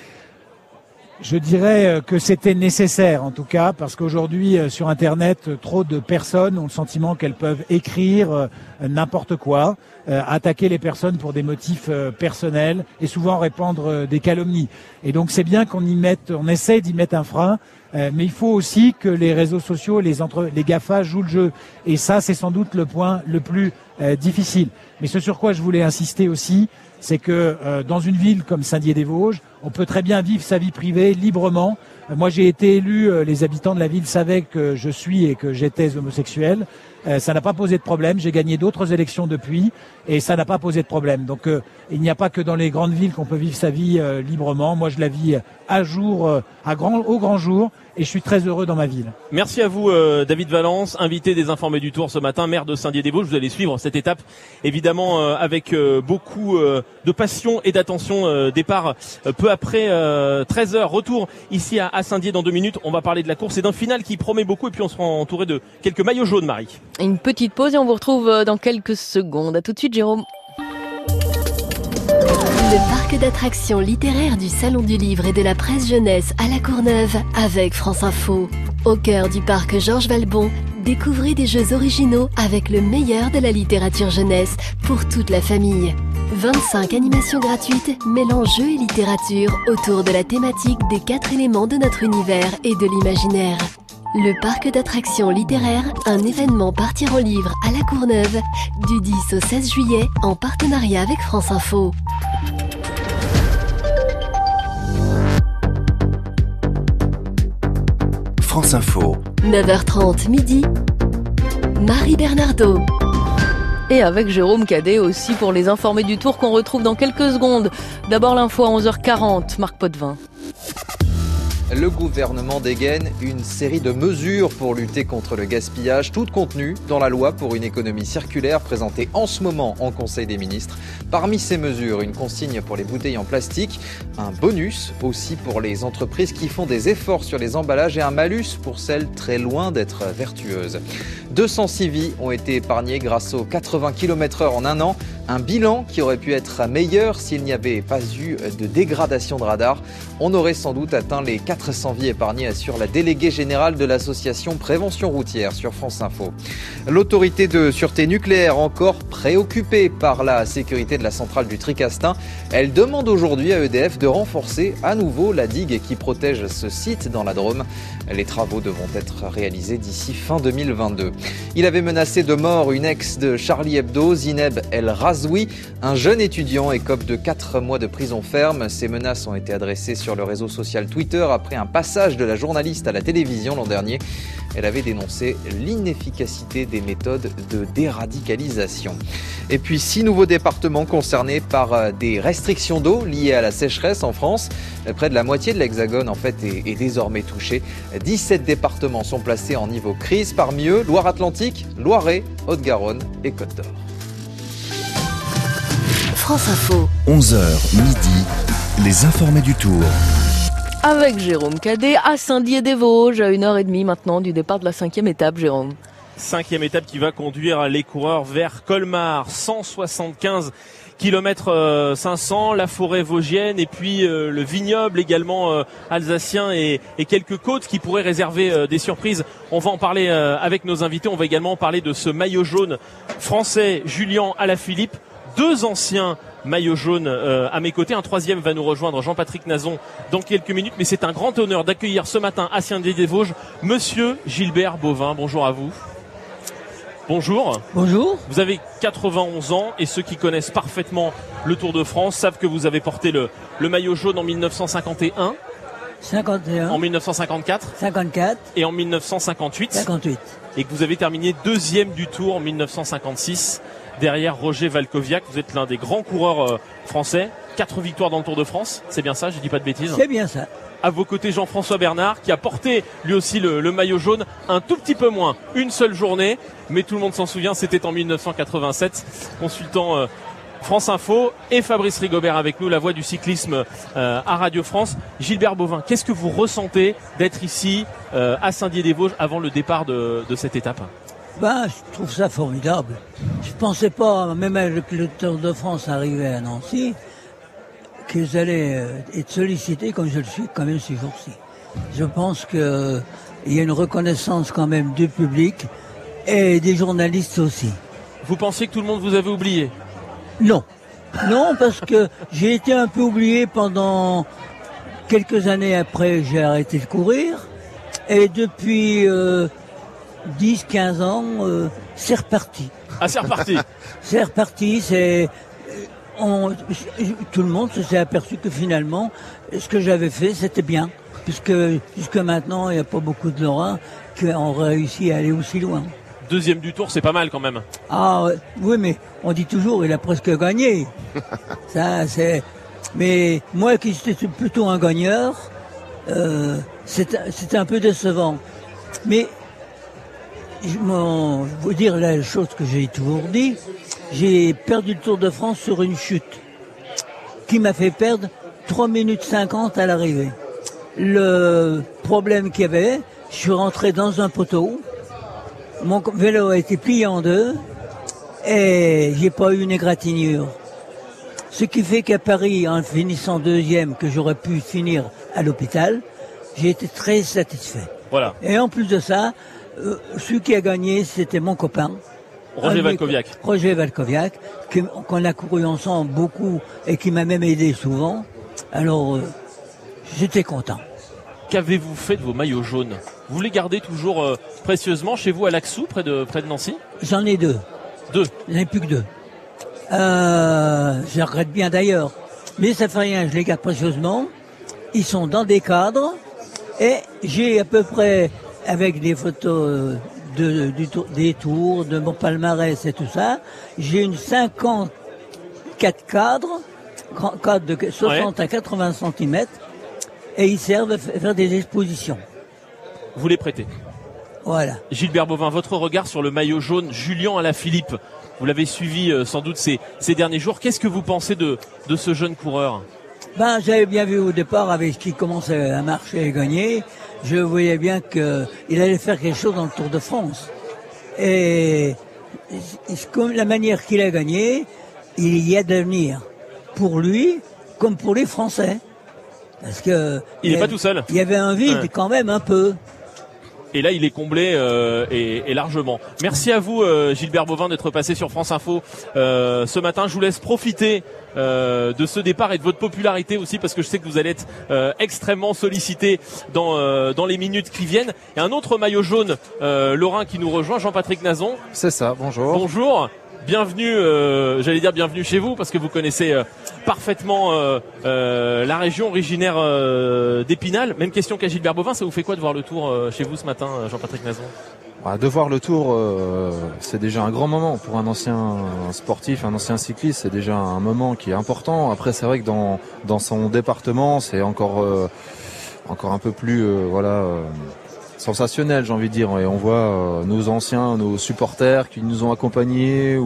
S17: Je dirais que c'était nécessaire en tout cas, parce qu'aujourd'hui sur Internet, trop de personnes ont le sentiment qu'elles peuvent écrire n'importe quoi, attaquer les personnes pour des motifs personnels et souvent répandre des calomnies. Et donc c'est bien on essaie d'y mettre un frein, mais il faut aussi que les réseaux sociaux, les GAFA jouent le jeu. Et ça, c'est sans doute le point le plus difficile. Mais ce sur quoi je voulais insister aussi, c'est que dans une ville comme Saint-Dié-des-Vosges, on peut très bien vivre sa vie privée librement. Moi, j'ai été élu, les habitants de la ville savaient que je suis et que j'étais homosexuel. Ça n'a pas posé de problème. J'ai gagné d'autres élections depuis et ça n'a pas posé de problème. Donc, il n'y a pas que dans les grandes villes qu'on peut vivre sa vie librement. Moi, je la vis à jour, au grand jour. Et je suis très heureux dans ma ville.
S3: Merci à vous, David Valence, invité des Informés du Tour ce matin, maire de Saint-Dié-des-Vosges. Vous allez suivre cette étape, évidemment, avec beaucoup de passion et d'attention. Départ peu après 13h. Retour ici à Saint-Dié dans 2 minutes. On va parler de la course et d'un final qui promet beaucoup. Et puis on sera entouré de quelques maillots jaunes, Marie.
S2: Une petite pause et on vous retrouve dans quelques secondes. À tout de suite, Jérôme.
S18: Le parc d'attractions littéraires du Salon du Livre et de la Presse Jeunesse à La Courneuve avec France Info. Au cœur du parc Georges Valbon, découvrez des jeux originaux avec le meilleur de la littérature jeunesse pour toute la famille. 25 animations gratuites mêlant jeux et littérature autour de la thématique des 4 éléments de notre univers et de l'imaginaire. Le parc d'attractions littéraires, un événement partir en livre à La Courneuve, du 10 au 16 juillet en partenariat avec France Info.
S10: France Info.
S18: 9h30 midi. Marie Bernardo.
S2: Et avec Jérôme Cadet aussi pour les Informés du Tour qu'on retrouve dans quelques secondes. D'abord l'info à 11h40, Marc Potvin.
S1: Le gouvernement dégaine une série de mesures pour lutter contre le gaspillage, toutes contenues dans la loi pour une économie circulaire présentée en ce moment en Conseil des ministres. Parmi ces mesures, une consigne pour les bouteilles en plastique, un bonus aussi pour les entreprises qui font des efforts sur les emballages et un malus pour celles très loin d'être vertueuses. 206 vies ont été épargnées grâce aux 80 km/h en un an. Un bilan qui aurait pu être meilleur s'il n'y avait pas eu de dégradation de radar. On aurait sans doute atteint les 400 vies épargnées, assure la déléguée générale de l'association Prévention Routière sur France Info. L'autorité de sûreté nucléaire encore préoccupée par la sécurité de la centrale du Tricastin. Elle demande aujourd'hui à EDF de renforcer à nouveau la digue qui protège ce site dans la Drôme. Les travaux devront être réalisés d'ici fin 2022. Il avait menacé de mort une ex de Charlie Hebdo, Zineb El Razoui. Un jeune étudiant écope de 4 mois de prison ferme. Ces menaces ont été adressées sur le réseau social Twitter après un passage de la journaliste à la télévision l'an dernier. Elle avait dénoncé l'inefficacité des méthodes de déradicalisation. Et puis 6 nouveaux départements concernés par des restrictions d'eau liées à la sécheresse en France. Près de la moitié de l'Hexagone en fait est désormais touchée. 17 départements sont placés en niveau crise. Parmi eux, Loire-Atlantique, Loiret, Haute-Garonne et Côte d'Or.
S18: France Info.
S10: 11h midi, les informés du Tour.
S2: Avec Jérôme Cadet à Saint-Dié-des-Vosges, à 1h30 maintenant du départ de la 5e étape, Jérôme.
S3: 5e étape qui va conduire les coureurs vers Colmar, 175 km 500, la forêt vosgienne et puis le vignoble également alsacien et quelques côtes qui pourraient réserver des surprises. On va en parler avec nos invités. On va également parler de ce maillot jaune français, Julian Alaphilippe. 2 anciens maillots jaunes à mes côtés. Un 3e va nous rejoindre, Jean-Patrick Nazon, dans quelques minutes. Mais c'est un grand honneur d'accueillir ce matin à Saint-Dié-des-Vosges Monsieur Gilbert Bovin. Bonjour à vous. Bonjour.
S19: Bonjour.
S3: Vous avez 91 ans et ceux qui connaissent parfaitement le Tour de France savent que vous avez porté le maillot jaune en 1951.
S19: 51.
S3: En 1954.
S19: 54.
S3: Et en 1958.
S19: 58.
S3: Et que vous avez terminé 2e du Tour en 1956. Derrière Roger Valkoviak, vous êtes l'un des grands coureurs français. 4 victoires dans le Tour de France. C'est bien ça, je dis pas de bêtises.
S19: C'est bien ça.
S3: À vos côtés, Jean-François Bernard, qui a porté lui aussi le maillot jaune un tout petit peu moins. Une seule journée, mais tout le monde s'en souvient, c'était en 1987. Consultant France Info et Fabrice Rigobert avec nous, la voix du cyclisme à Radio France. Gilbert Bovin, qu'est-ce que vous ressentez d'être ici à Saint-Dié-des-Vosges avant le départ de cette étape ?
S19: Je trouve ça formidable. Je pensais pas, même avec le Tour de France arrivé à Nancy, qu'ils allaient être sollicités comme je le suis quand même ces jours-ci. Je pense qu'il y a une reconnaissance quand même du public et des journalistes aussi.
S3: Vous pensiez que tout le monde vous avait oublié ?
S19: Non. Non, parce que j'ai été un peu oublié pendant quelques années après, j'ai arrêté de courir. Et depuis 10-15 ans, c'est reparti.
S3: Ah, c'est reparti.
S19: C'est reparti, tout le monde s'est aperçu que finalement, ce que j'avais fait, c'était bien. Puisque jusque maintenant, il n'y a pas beaucoup de Lorrains qui ont réussi à aller aussi loin.
S3: 2e du Tour, c'est pas mal quand même.
S19: Ah oui, mais on dit toujours, il a presque gagné. Ça, c'est. Mais moi, qui j'étais plutôt un gagneur, c'était un peu décevant. Mais je vous dire la chose que j'ai toujours dit, j'ai perdu le Tour de France sur une chute qui m'a fait perdre 3 minutes 50 à l'arrivée. Le problème qu'il y avait, je suis rentré dans un poteau, mon vélo a été plié en 2 et j'ai pas eu une égratignure. Ce qui fait qu'à Paris, en finissant 2e, que j'aurais pu finir à l'hôpital, j'ai été très satisfait.
S3: Voilà.
S19: Et en plus de ça, celui qui a gagné, c'était mon copain.
S3: Roger Valkoviak.
S19: Roger Valkoviak, qu'on a couru ensemble beaucoup et qui m'a même aidé souvent. Alors, j'étais content.
S3: Qu'avez-vous fait de vos maillots jaunes ? Vous les gardez toujours précieusement chez vous à Laxou, près de Nancy ?
S19: J'en ai 2.
S3: 2 ?
S19: J'en ai plus que 2. Je regrette bien d'ailleurs. Mais ça fait rien, je les garde précieusement. Ils sont dans des cadres. Et j'ai à peu près, avec des photos des tours, de mon palmarès et tout ça, j'ai une 54 cadres de 60 à 80 cm, et ils servent à faire des expositions.
S3: Vous les prêtez.
S19: Voilà.
S3: Gilbert Bovin, votre regard sur le maillot jaune, Julian Alaphilippe, vous l'avez suivi sans doute ces derniers jours. Qu'est-ce que vous pensez de ce jeune coureur ?
S19: J'avais bien vu au départ, avec ce qui commençait à marcher et gagner, je voyais bien qu'il allait faire quelque chose dans le Tour de France. Et comme la manière qu'il a gagné, il y a d'avenir pour lui comme pour les Français. Parce que
S3: il n'est pas tout seul.
S19: Il y avait un vide quand même un peu.
S3: Et là, il est comblé et largement. Merci à vous, Gilbert Bovin, d'être passé sur France Info ce matin. Je vous laisse profiter de ce départ et de votre popularité aussi, parce que je sais que vous allez être extrêmement sollicité dans les minutes qui viennent. Et un autre maillot jaune, lorrain, qui nous rejoint, Jean-Patrick Nazon.
S20: C'est ça, bonjour.
S3: Bonjour. Bienvenue, j'allais dire bienvenue chez vous, parce que vous connaissez parfaitement la région originaire d'Épinal. Même question qu'à Gilbert Bovin, ça vous fait quoi de voir le Tour chez vous ce matin, Jean-Patrick Nazon?
S20: De voir le Tour, c'est déjà un grand moment pour un ancien sportif, un ancien cycliste. C'est déjà un moment qui est important. Après, c'est vrai que dans son département, c'est encore un peu plus sensationnel, j'ai envie de dire. Et on voit nos anciens, nos supporters qui nous ont accompagnés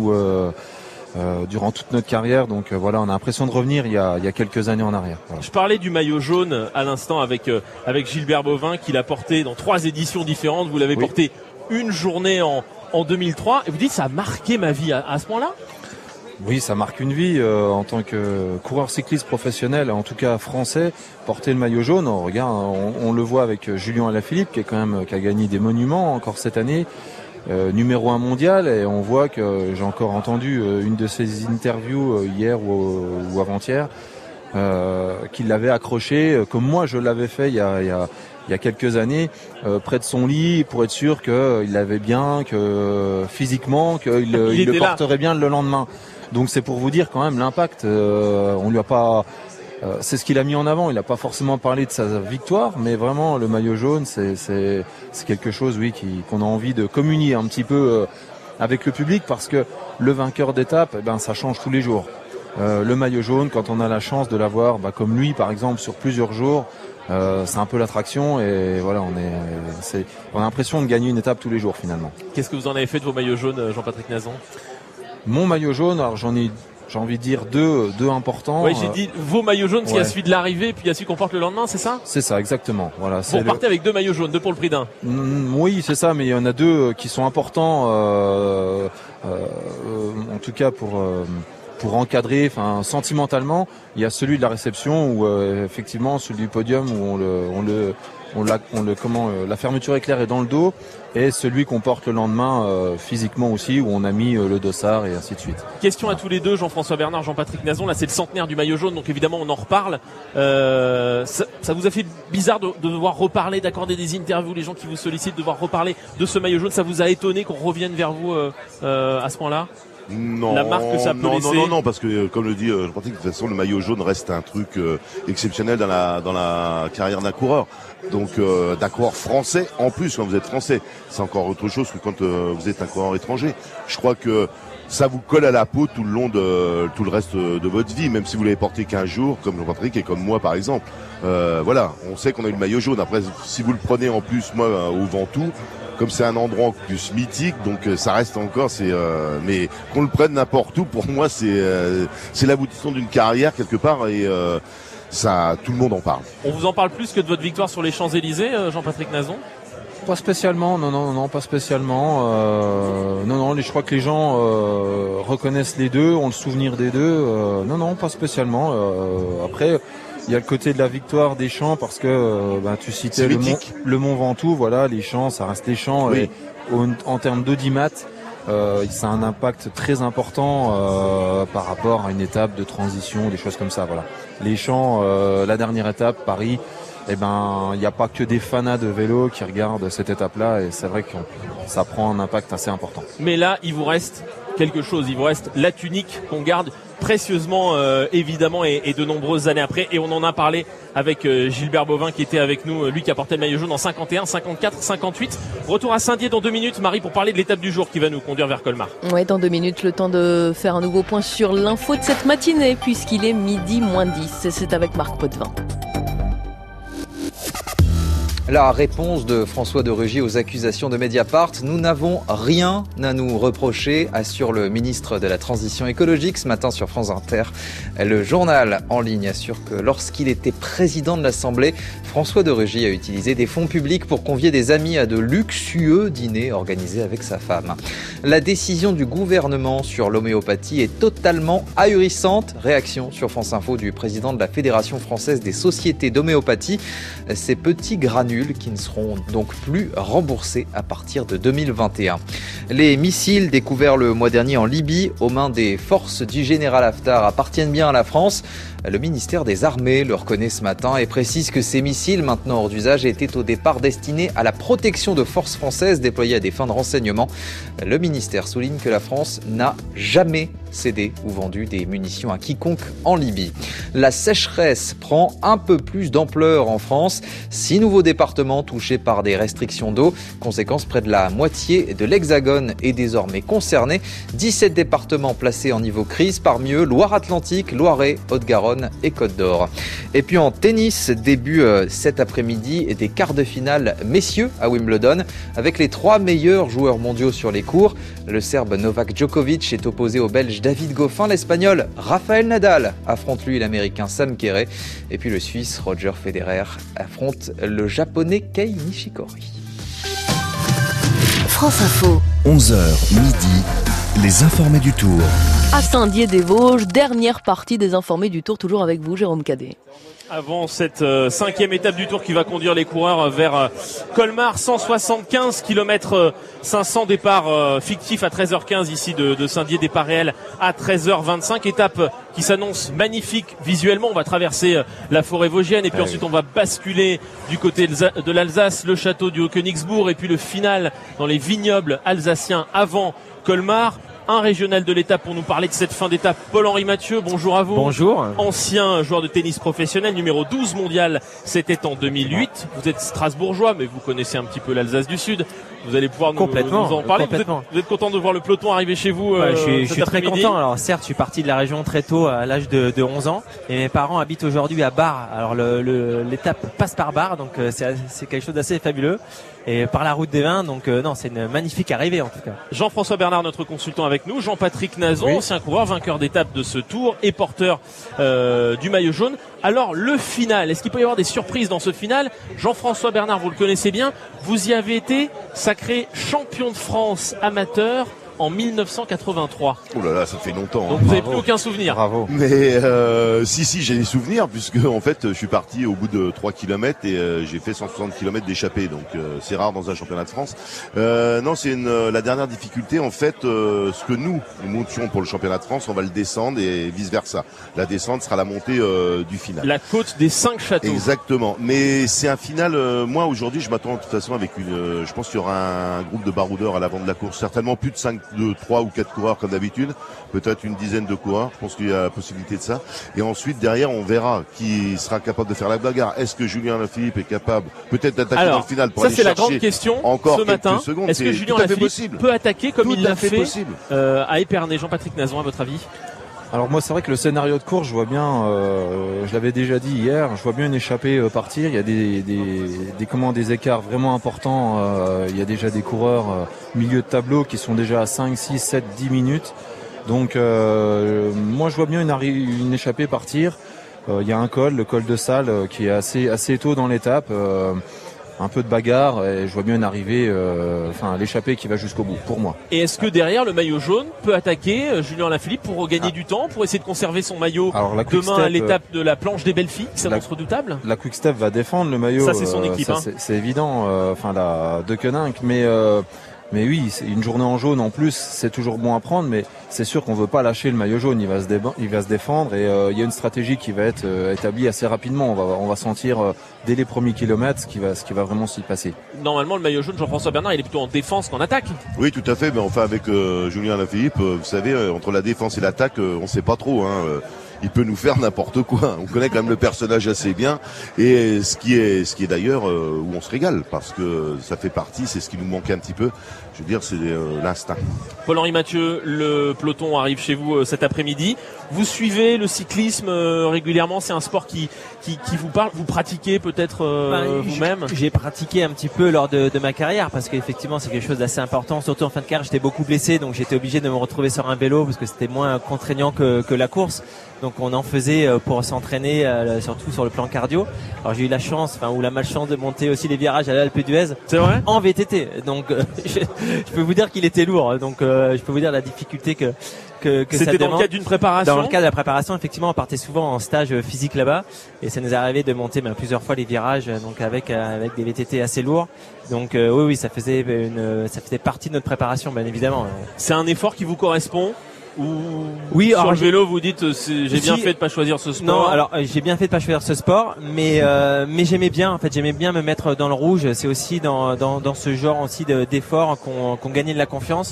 S20: durant toute notre carrière. Donc voilà, on a l'impression de revenir il y a quelques années en arrière. Voilà.
S3: Je parlais du maillot jaune à l'instant avec Gilbert Bovin, qu'il a porté dans 3 éditions différentes. Vous l'avez porté une journée en 2003. Et vous dites, ça a marqué ma vie à ce point-là?
S20: Oui, ça marque une vie en tant que coureur cycliste professionnel, en tout cas français, porter le maillot jaune. On le voit avec Julien Alaphilippe qui a gagné des monuments encore cette année, numéro 1 mondial, et on voit que j'ai encore entendu une de ses interviews hier ou avant-hier, qu'il l'avait accroché comme moi je l'avais fait il y a quelques années, près de son lit, pour être sûr qu'il l'avait bien, que physiquement qu'il le porterait bien le lendemain. Donc c'est pour vous dire quand même l'impact. On lui a pas, c'est ce qu'il a mis en avant. Il n'a pas forcément parlé de sa victoire, mais vraiment le maillot jaune, c'est quelque chose, oui, qu'on a envie de communier un petit peu avec le public, parce que le vainqueur d'étape, ça change tous les jours. Le maillot jaune, quand on a la chance de l'avoir, comme lui par exemple, sur plusieurs jours, c'est un peu l'attraction, et voilà, on a l'impression de gagner une étape tous les jours finalement.
S3: Qu'est-ce que vous en avez fait de vos maillots jaunes, Jean-Patrick Nazon?
S20: Mon maillot jaune, alors j'ai envie de dire deux importants.
S3: Oui, j'ai dit vos maillots jaunes, parce qu'il y a celui de l'arrivée, puis il y a celui qu'on porte le lendemain, c'est ça? C'est
S20: ça, exactement. Voilà.
S3: Vous repartez avec 2 maillots jaunes, 2 pour le prix d'un.
S20: Oui, c'est ça, mais il y en a 2 qui sont importants, en tout cas pour encadrer, sentimentalement. Il y a celui de la réception, où effectivement celui du podium, où la fermeture éclair est dans le dos, et celui qu'on porte le lendemain physiquement aussi, où on a mis le dossard et ainsi de suite.
S3: Question à tous les deux, Jean-François Bernard, Jean-Patrick Nazon. Là, c'est le centenaire du maillot jaune, donc évidemment on en reparle. Ça vous a fait bizarre de devoir reparler, d'accorder des interviews, les gens qui vous sollicitent, de devoir reparler de ce maillot jaune? Ça vous a étonné qu'on revienne vers vous à ce point-là?
S21: Non,
S3: la marque que ça peut laisser.
S21: Non, parce que comme le dit Jean-Patrick, de toute façon le maillot jaune reste un truc exceptionnel dans la carrière d'un coureur. Donc d'un coureur français, en plus quand vous êtes français, c'est encore autre chose que quand vous êtes un coureur étranger. Je crois que ça vous colle à la peau tout le long de tout le reste de votre vie, même si vous l'avez porté qu'un jour, comme Jean-Patrick et comme moi par exemple. Voilà, on sait qu'on a eu le maillot jaune. Après, si vous le prenez en plus, moi au Ventoux, comme c'est un endroit en plus mythique, donc ça reste encore, mais qu'on le prenne n'importe où, pour moi c'est l'aboutissement d'une carrière quelque part, et ça, tout le monde en parle.
S3: On vous en parle plus que de votre victoire sur les Champs-Élysées, Jean-Patrick Nazon?
S20: Pas spécialement, non, pas spécialement. Je crois que les gens reconnaissent les deux, ont le souvenir des deux. Non, pas spécialement. Après, il y a le côté de la victoire des Champs, parce que tu citais le Mont Ventoux, voilà, les Champs, ça reste les Champs.
S21: Oui.
S20: Et en termes d'audimat, ça a un impact très important par rapport à une étape de transition, des choses comme ça. Voilà. Les Champs, la dernière étape, Paris, il n'y a pas que des fanats de vélo qui regardent cette étape-là, et c'est vrai que ça prend un impact assez important.
S3: Mais là, il vous reste quelque chose, il vous reste la tunique qu'on garde précieusement évidemment, et de nombreuses années après, et on en a parlé avec Gilbert Bovin qui était avec nous, lui qui a porté le maillot jaune en 51, 54, 58. Retour à Saint-Dié dans 2 minutes, Marie, pour parler de l'étape du jour qui va nous conduire vers Colmar.
S2: Ouais, dans 2 minutes, le temps de faire un nouveau point sur l'info de cette matinée, puisqu'il est 12:10. C'est avec Marc Potvin.
S1: La réponse de François de Rugy aux accusations de Mediapart. Nous n'avons rien à nous reprocher, assure le ministre de la Transition écologique ce matin sur France Inter. Le journal en ligne assure que lorsqu'il était président de l'Assemblée, François de Rugy a utilisé des fonds publics pour convier des amis à de luxueux dîners organisés avec sa femme. La décision du gouvernement sur l'homéopathie est totalement ahurissante. Réaction sur France Info du président de la Fédération française des sociétés d'homéopathie. Ces petits granules qui ne seront donc plus remboursés à partir de 2021. Les missiles découverts le mois dernier en Libye aux mains des forces du général Haftar appartiennent bien à la France. Le ministère des Armées le reconnaît ce matin et précise que ces missiles, maintenant hors d'usage, étaient au départ destinés à la protection de forces françaises déployées à des fins de renseignement. Le ministère souligne que la France n'a jamais cédé ou vendu des munitions à quiconque en Libye. La sécheresse prend un peu plus d'ampleur en France. 6 nouveaux départements touchés par des restrictions d'eau. Conséquence, près de la moitié de l'Hexagone est désormais concernée. 17 départements placés en niveau crise, parmi eux Loire-Atlantique, Loiret, Haute-Garonne et Côte-d'Or. Et puis en tennis, début cet après-midi des quarts de finale messieurs à Wimbledon avec les 3 meilleurs joueurs mondiaux sur les cours. Le Serbe Novak Djokovic est opposé au Belge David Goffin. L'Espagnol Rafael Nadal affronte lui l'Américain Sam Querrey. Et puis le Suisse Roger Federer affronte le Japonais Kei Nishikori.
S18: France Info.
S10: 11h midi, les informés du Tour.
S2: À Saint-Dié-des-Vosges, dernière partie des informés du Tour, toujours avec vous, Jérôme Cadet.
S3: Avant cette 5e étape du Tour qui va conduire les coureurs vers Colmar, 175 km 500 départs fictifs à 13h15 ici de Saint-Dié, départ réel à 13h25. Étape qui s'annonce magnifique visuellement. On va traverser la forêt vosgienne et puis ensuite on va basculer du côté de l'Alsace, le château du Haut-Königsbourg et puis le final dans les vignobles alsaciens avant Colmar. Un régional de l'étape pour nous parler de cette fin d'étape. Paul-Henri Mathieu, bonjour à vous.
S6: Bonjour.
S3: Ancien joueur de tennis professionnel, numéro 12 mondial, c'était en 2008. Vous êtes strasbourgeois, mais vous connaissez un petit peu l'Alsace du Sud. Vous allez pouvoir nous en parler. Vous êtes content de voir le peloton arriver chez vous
S6: je suis très content. Alors certes, je suis parti de la région très tôt, à l'âge de 11 ans. Et mes parents habitent aujourd'hui à Bar. Alors l'étape passe par Bar, donc c'est quelque chose d'assez fabuleux. Et par la route des vins, donc non, c'est une magnifique arrivée en tout cas.
S3: Jean-François Bernard, notre consultant avec nous. Jean-Patrick Nazon, ancien coureur, vainqueur d'étape de ce Tour et porteur du maillot jaune. Alors le final, est-ce qu'il peut y avoir des surprises dans ce final? Jean-François Bernard, vous le connaissez bien, vous y avez été sacré champion de France amateur en 1983.
S21: Oh là là, ça fait longtemps.
S3: Donc vous n'avez plus aucun souvenir.
S21: Bravo. Mais si, j'ai des souvenirs puisque en fait, je suis parti au bout de 3 km et j'ai fait 160 km d'échappée. Donc c'est rare dans un championnat de France. Non, c'est la dernière difficulté en fait. Ce que nous montions pour le championnat de France, on va le descendre et vice versa. La descente sera la montée du final.
S3: La côte des 5 châteaux.
S21: Exactement. Mais c'est un final. Moi aujourd'hui, je m'attends de toute façon avec je pense qu'il y aura un groupe de baroudeurs à l'avant de la course, certainement plus de 3 ou 4 coureurs comme d'habitude, peut-être une dizaine de coureurs, je pense qu'il y a la possibilité de ça. Et ensuite, derrière, on verra qui sera capable de faire la bagarre. Est-ce que Julien Alaphilippe est capable peut-être d'attaquer dans le final pour aller chercher
S3: la grande question
S21: encore
S3: ce matin.
S21: Secondes.
S3: Est-ce que Julien Alaphilippe peut attaquer comme il l'a fait à Épernay? Jean-Patrick Nazon, à votre avis?
S20: Alors moi c'est vrai que le scénario de course, je vois bien, je l'avais déjà dit hier, je vois bien une échappée partir. Il y a des écarts vraiment importants. Il y a déjà des coureurs milieu de tableau qui sont déjà à 5, 6, 7, 10 minutes. Donc moi je vois bien une échappée partir. Il y a un col, le col de Salles, qui est assez tôt dans l'étape. Un peu de bagarre et je vois bien une arrivée, l'échappée qui va jusqu'au bout pour moi.
S3: Et est-ce que derrière le maillot jaune peut attaquer Julien Alaphilippe pour regagner du temps, pour essayer de conserver son maillot demain à l'étape de la planche des belles filles qui s'annonce redoutable?
S20: La Quick Step va défendre le maillot.
S3: Ça c'est son équipe.
S20: C'est évident. La De Koninck, mais oui, c'est une journée en jaune en plus, c'est toujours bon à prendre, mais c'est sûr qu'on veut pas lâcher le maillot jaune, il va se défendre et il y a une stratégie qui va être établie assez rapidement. On va sentir dès les premiers kilomètres ce qui va vraiment s'y passer.
S3: Normalement, le maillot jaune, Jean-François Bernard, il est plutôt en défense qu'en attaque.
S21: Oui, tout à fait, mais enfin avec Julien Alaphilippe, vous savez, entre la défense et l'attaque, on sait pas trop. il peut nous faire n'importe quoi. On connaît quand même le personnage assez bien, et ce qui est d'ailleurs où on se régale, parce que ça fait partie, c'est ce qui nous manquait un petit peu. Je veux dire, c'est l'instinct.
S3: Paul-Henri Mathieu, le peloton arrive chez vous cet après-midi. Vous suivez le cyclisme régulièrement, c'est un sport qui vous parle. Vous pratiquez peut-être vous-même?
S6: J'ai pratiqué un petit peu lors de ma carrière, parce qu'effectivement c'est quelque chose d'assez important, surtout en fin de carrière. J'étais beaucoup blessé, donc j'étais obligé de me retrouver sur un vélo parce que c'était moins contraignant que la course. Donc on en faisait pour s'entraîner, surtout sur le plan cardio. Alors j'ai eu la chance, ou la malchance de monter aussi les virages à l'Alpe d'Huez.
S3: C'est vrai?
S6: En VTT. Donc je peux vous dire qu'il était lourd. Donc je peux vous dire la difficulté que
S3: c'était dans le cadre d'une préparation.
S6: Dans le cadre de la préparation, effectivement, on partait souvent en stage physique là-bas, et ça nous est arrivé de monter plusieurs fois les virages, donc avec des VTT assez lourds. Donc oui, ça faisait partie de notre préparation, bien évidemment.
S3: C'est un effort qui vous correspond? Ou
S6: oui,
S3: sur le vélo vous dites j'ai bien fait de pas choisir ce sport?
S6: Non, alors j'ai bien fait de pas choisir ce sport, mais j'aimais bien me mettre dans le rouge. C'est aussi dans ce genre aussi d'effort qu'on gagnait de la confiance,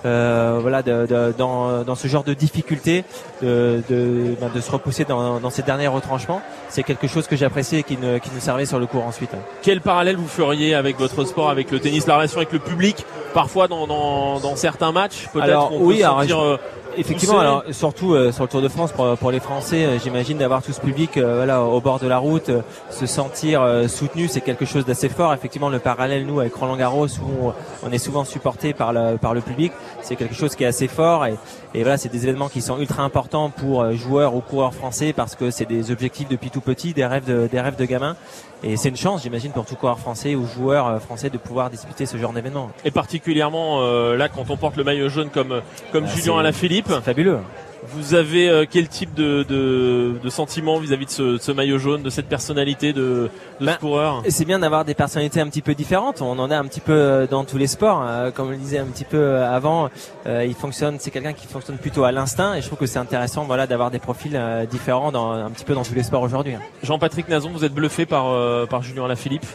S6: dans ce genre de difficulté, de se repousser dans ces derniers retranchements. C'est quelque chose que j'appréciais et qui nous servait sur le cours ensuite.
S3: Quel parallèle vous feriez avec votre sport, avec le tennis, la relation avec le public, parfois dans certains matchs peut-être?
S6: Alors,
S3: on peut sentir
S6: effectivement, alors surtout sur le Tour de France pour les Français, j'imagine d'avoir tout ce public au bord de la route, se sentir soutenu, c'est quelque chose d'assez fort. Effectivement, le parallèle nous avec Roland-Garros où on est souvent supporté par le public, c'est quelque chose qui est assez fort, et voilà, c'est des événements qui sont ultra importants pour joueurs ou coureurs français, parce que c'est des objectifs depuis tout petit, des rêves de gamins. Et c'est une chance, j'imagine, pour tout coureur français ou joueur français de pouvoir disputer ce genre d'événement.
S3: Et particulièrement là, quand on porte le maillot jaune comme Julien Alaphilippe.
S6: C'est fabuleux.
S3: Vous avez quel type de sentiment vis-à-vis de ce maillot jaune, de cette personnalité de ce coureur?
S6: C'est bien d'avoir des personnalités un petit peu différentes. On en a un petit peu dans tous les sports. Comme on le disait un petit peu avant, c'est quelqu'un qui fonctionne plutôt à l'instinct, et je trouve que c'est intéressant, d'avoir des profils différents un petit peu dans tous les sports aujourd'hui.
S3: Jean-Patrick Nazon, vous êtes bluffé par Julien Alaphilippe?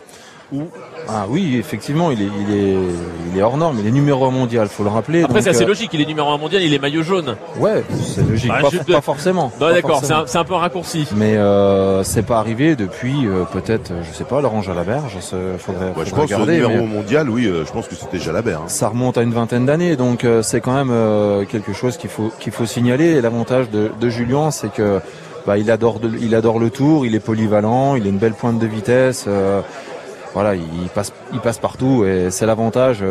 S20: Ah oui, effectivement, il est hors norme, il est numéro 1 mondial, faut le rappeler.
S3: Après, c'est assez logique, il est numéro 1 mondial, il est maillot jaune.
S20: Ouais, c'est logique, pas forcément.
S3: Non, d'accord, c'est un peu un raccourci.
S20: Mais c'est pas arrivé depuis peut-être, je sais pas, Laurent Jalabert, faudrait
S21: je pense
S20: regarder.
S21: Que le numéro mondial, oui, je pense que c'était Jalabert.
S20: Ça remonte à une vingtaine d'années, donc c'est quand même quelque chose qu'il faut signaler. Et l'avantage de Julien, c'est que il adore le tour, il est polyvalent, il a une belle pointe de vitesse. Voilà, il passe partout, et c'est l'avantage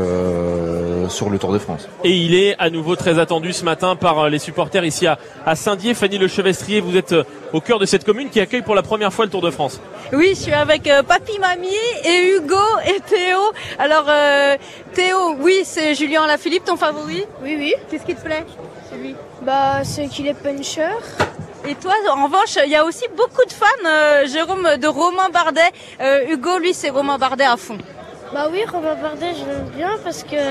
S20: sur le Tour de France.
S3: Et il est à nouveau très attendu ce matin par les supporters ici à Saint-Dié. Fanny Lechevestrier, vous êtes au cœur de cette commune qui accueille pour la première fois le Tour de France.
S4: Oui, je suis avec Papy, Mamie et Hugo et Théo. Alors Théo, oui, c'est Julien Alaphilippe, ton favori?
S7: Oui.
S4: Qu'est-ce qui te plaît chez lui?
S7: C'est qu'il est puncher.
S4: Et toi, en revanche, il y a aussi beaucoup de fans, Jérôme, de Romain Bardet. Hugo, lui, c'est Romain Bardet à fond.
S7: Oui, Romain Bardet, je l'aime bien parce que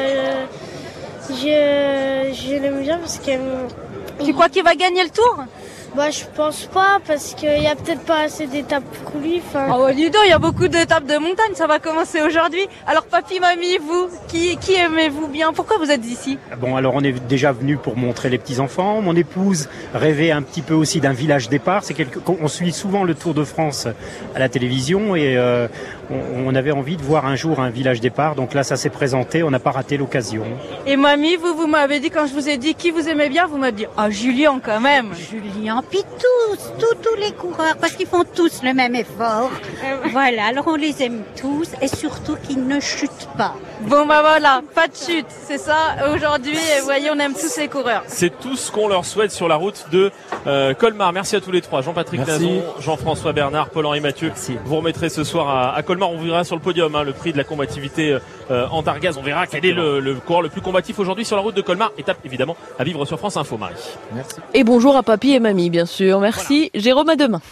S7: je l'aime bien parce que.
S4: Tu crois qu'il va gagner le Tour?
S7: Je pense pas, parce qu'il y a peut-être pas assez d'étapes pour lui.
S4: Dis donc, il y a beaucoup d'étapes de montagne, ça va commencer aujourd'hui. Alors papy, mamie, vous, qui aimez-vous bien? Pourquoi vous êtes ici?
S22: Bon, alors on est déjà venu pour montrer les petits-enfants. Mon épouse rêvait un petit peu aussi d'un village départ. On suit souvent le Tour de France à la télévision, et on avait envie de voir un jour un village départ. Donc là, ça s'est présenté, on n'a pas raté l'occasion.
S4: Et mamie, vous m'avez dit, quand je vous ai dit qui vous aimez bien, vous m'avez dit Julien quand même.
S23: Julien. Puis tous les coureurs, parce qu'ils font tous le même effort. Voilà, alors on les aime tous, et surtout qu'ils ne chutent pas.
S4: Bon voilà, pas de chute, c'est ça aujourd'hui, et vous voyez, on aime tous ces coureurs.
S3: C'est tout ce qu'on leur souhaite sur la route de Colmar. Merci à tous les trois, Jean-Patrick Nazon, Jean-François Bernard, Paul-Henri Mathieu. Merci. Vous remettrez ce soir à Colmar, on verra sur le podium le prix de la combativité en Targaz. On verra quel est le coureur le plus combatif aujourd'hui sur la route de Colmar. Étape évidemment à vivre sur France Info, Marie.
S20: Merci.
S2: Et bonjour à papy et mamie, bien sûr. Merci. Voilà. Jérôme, à demain.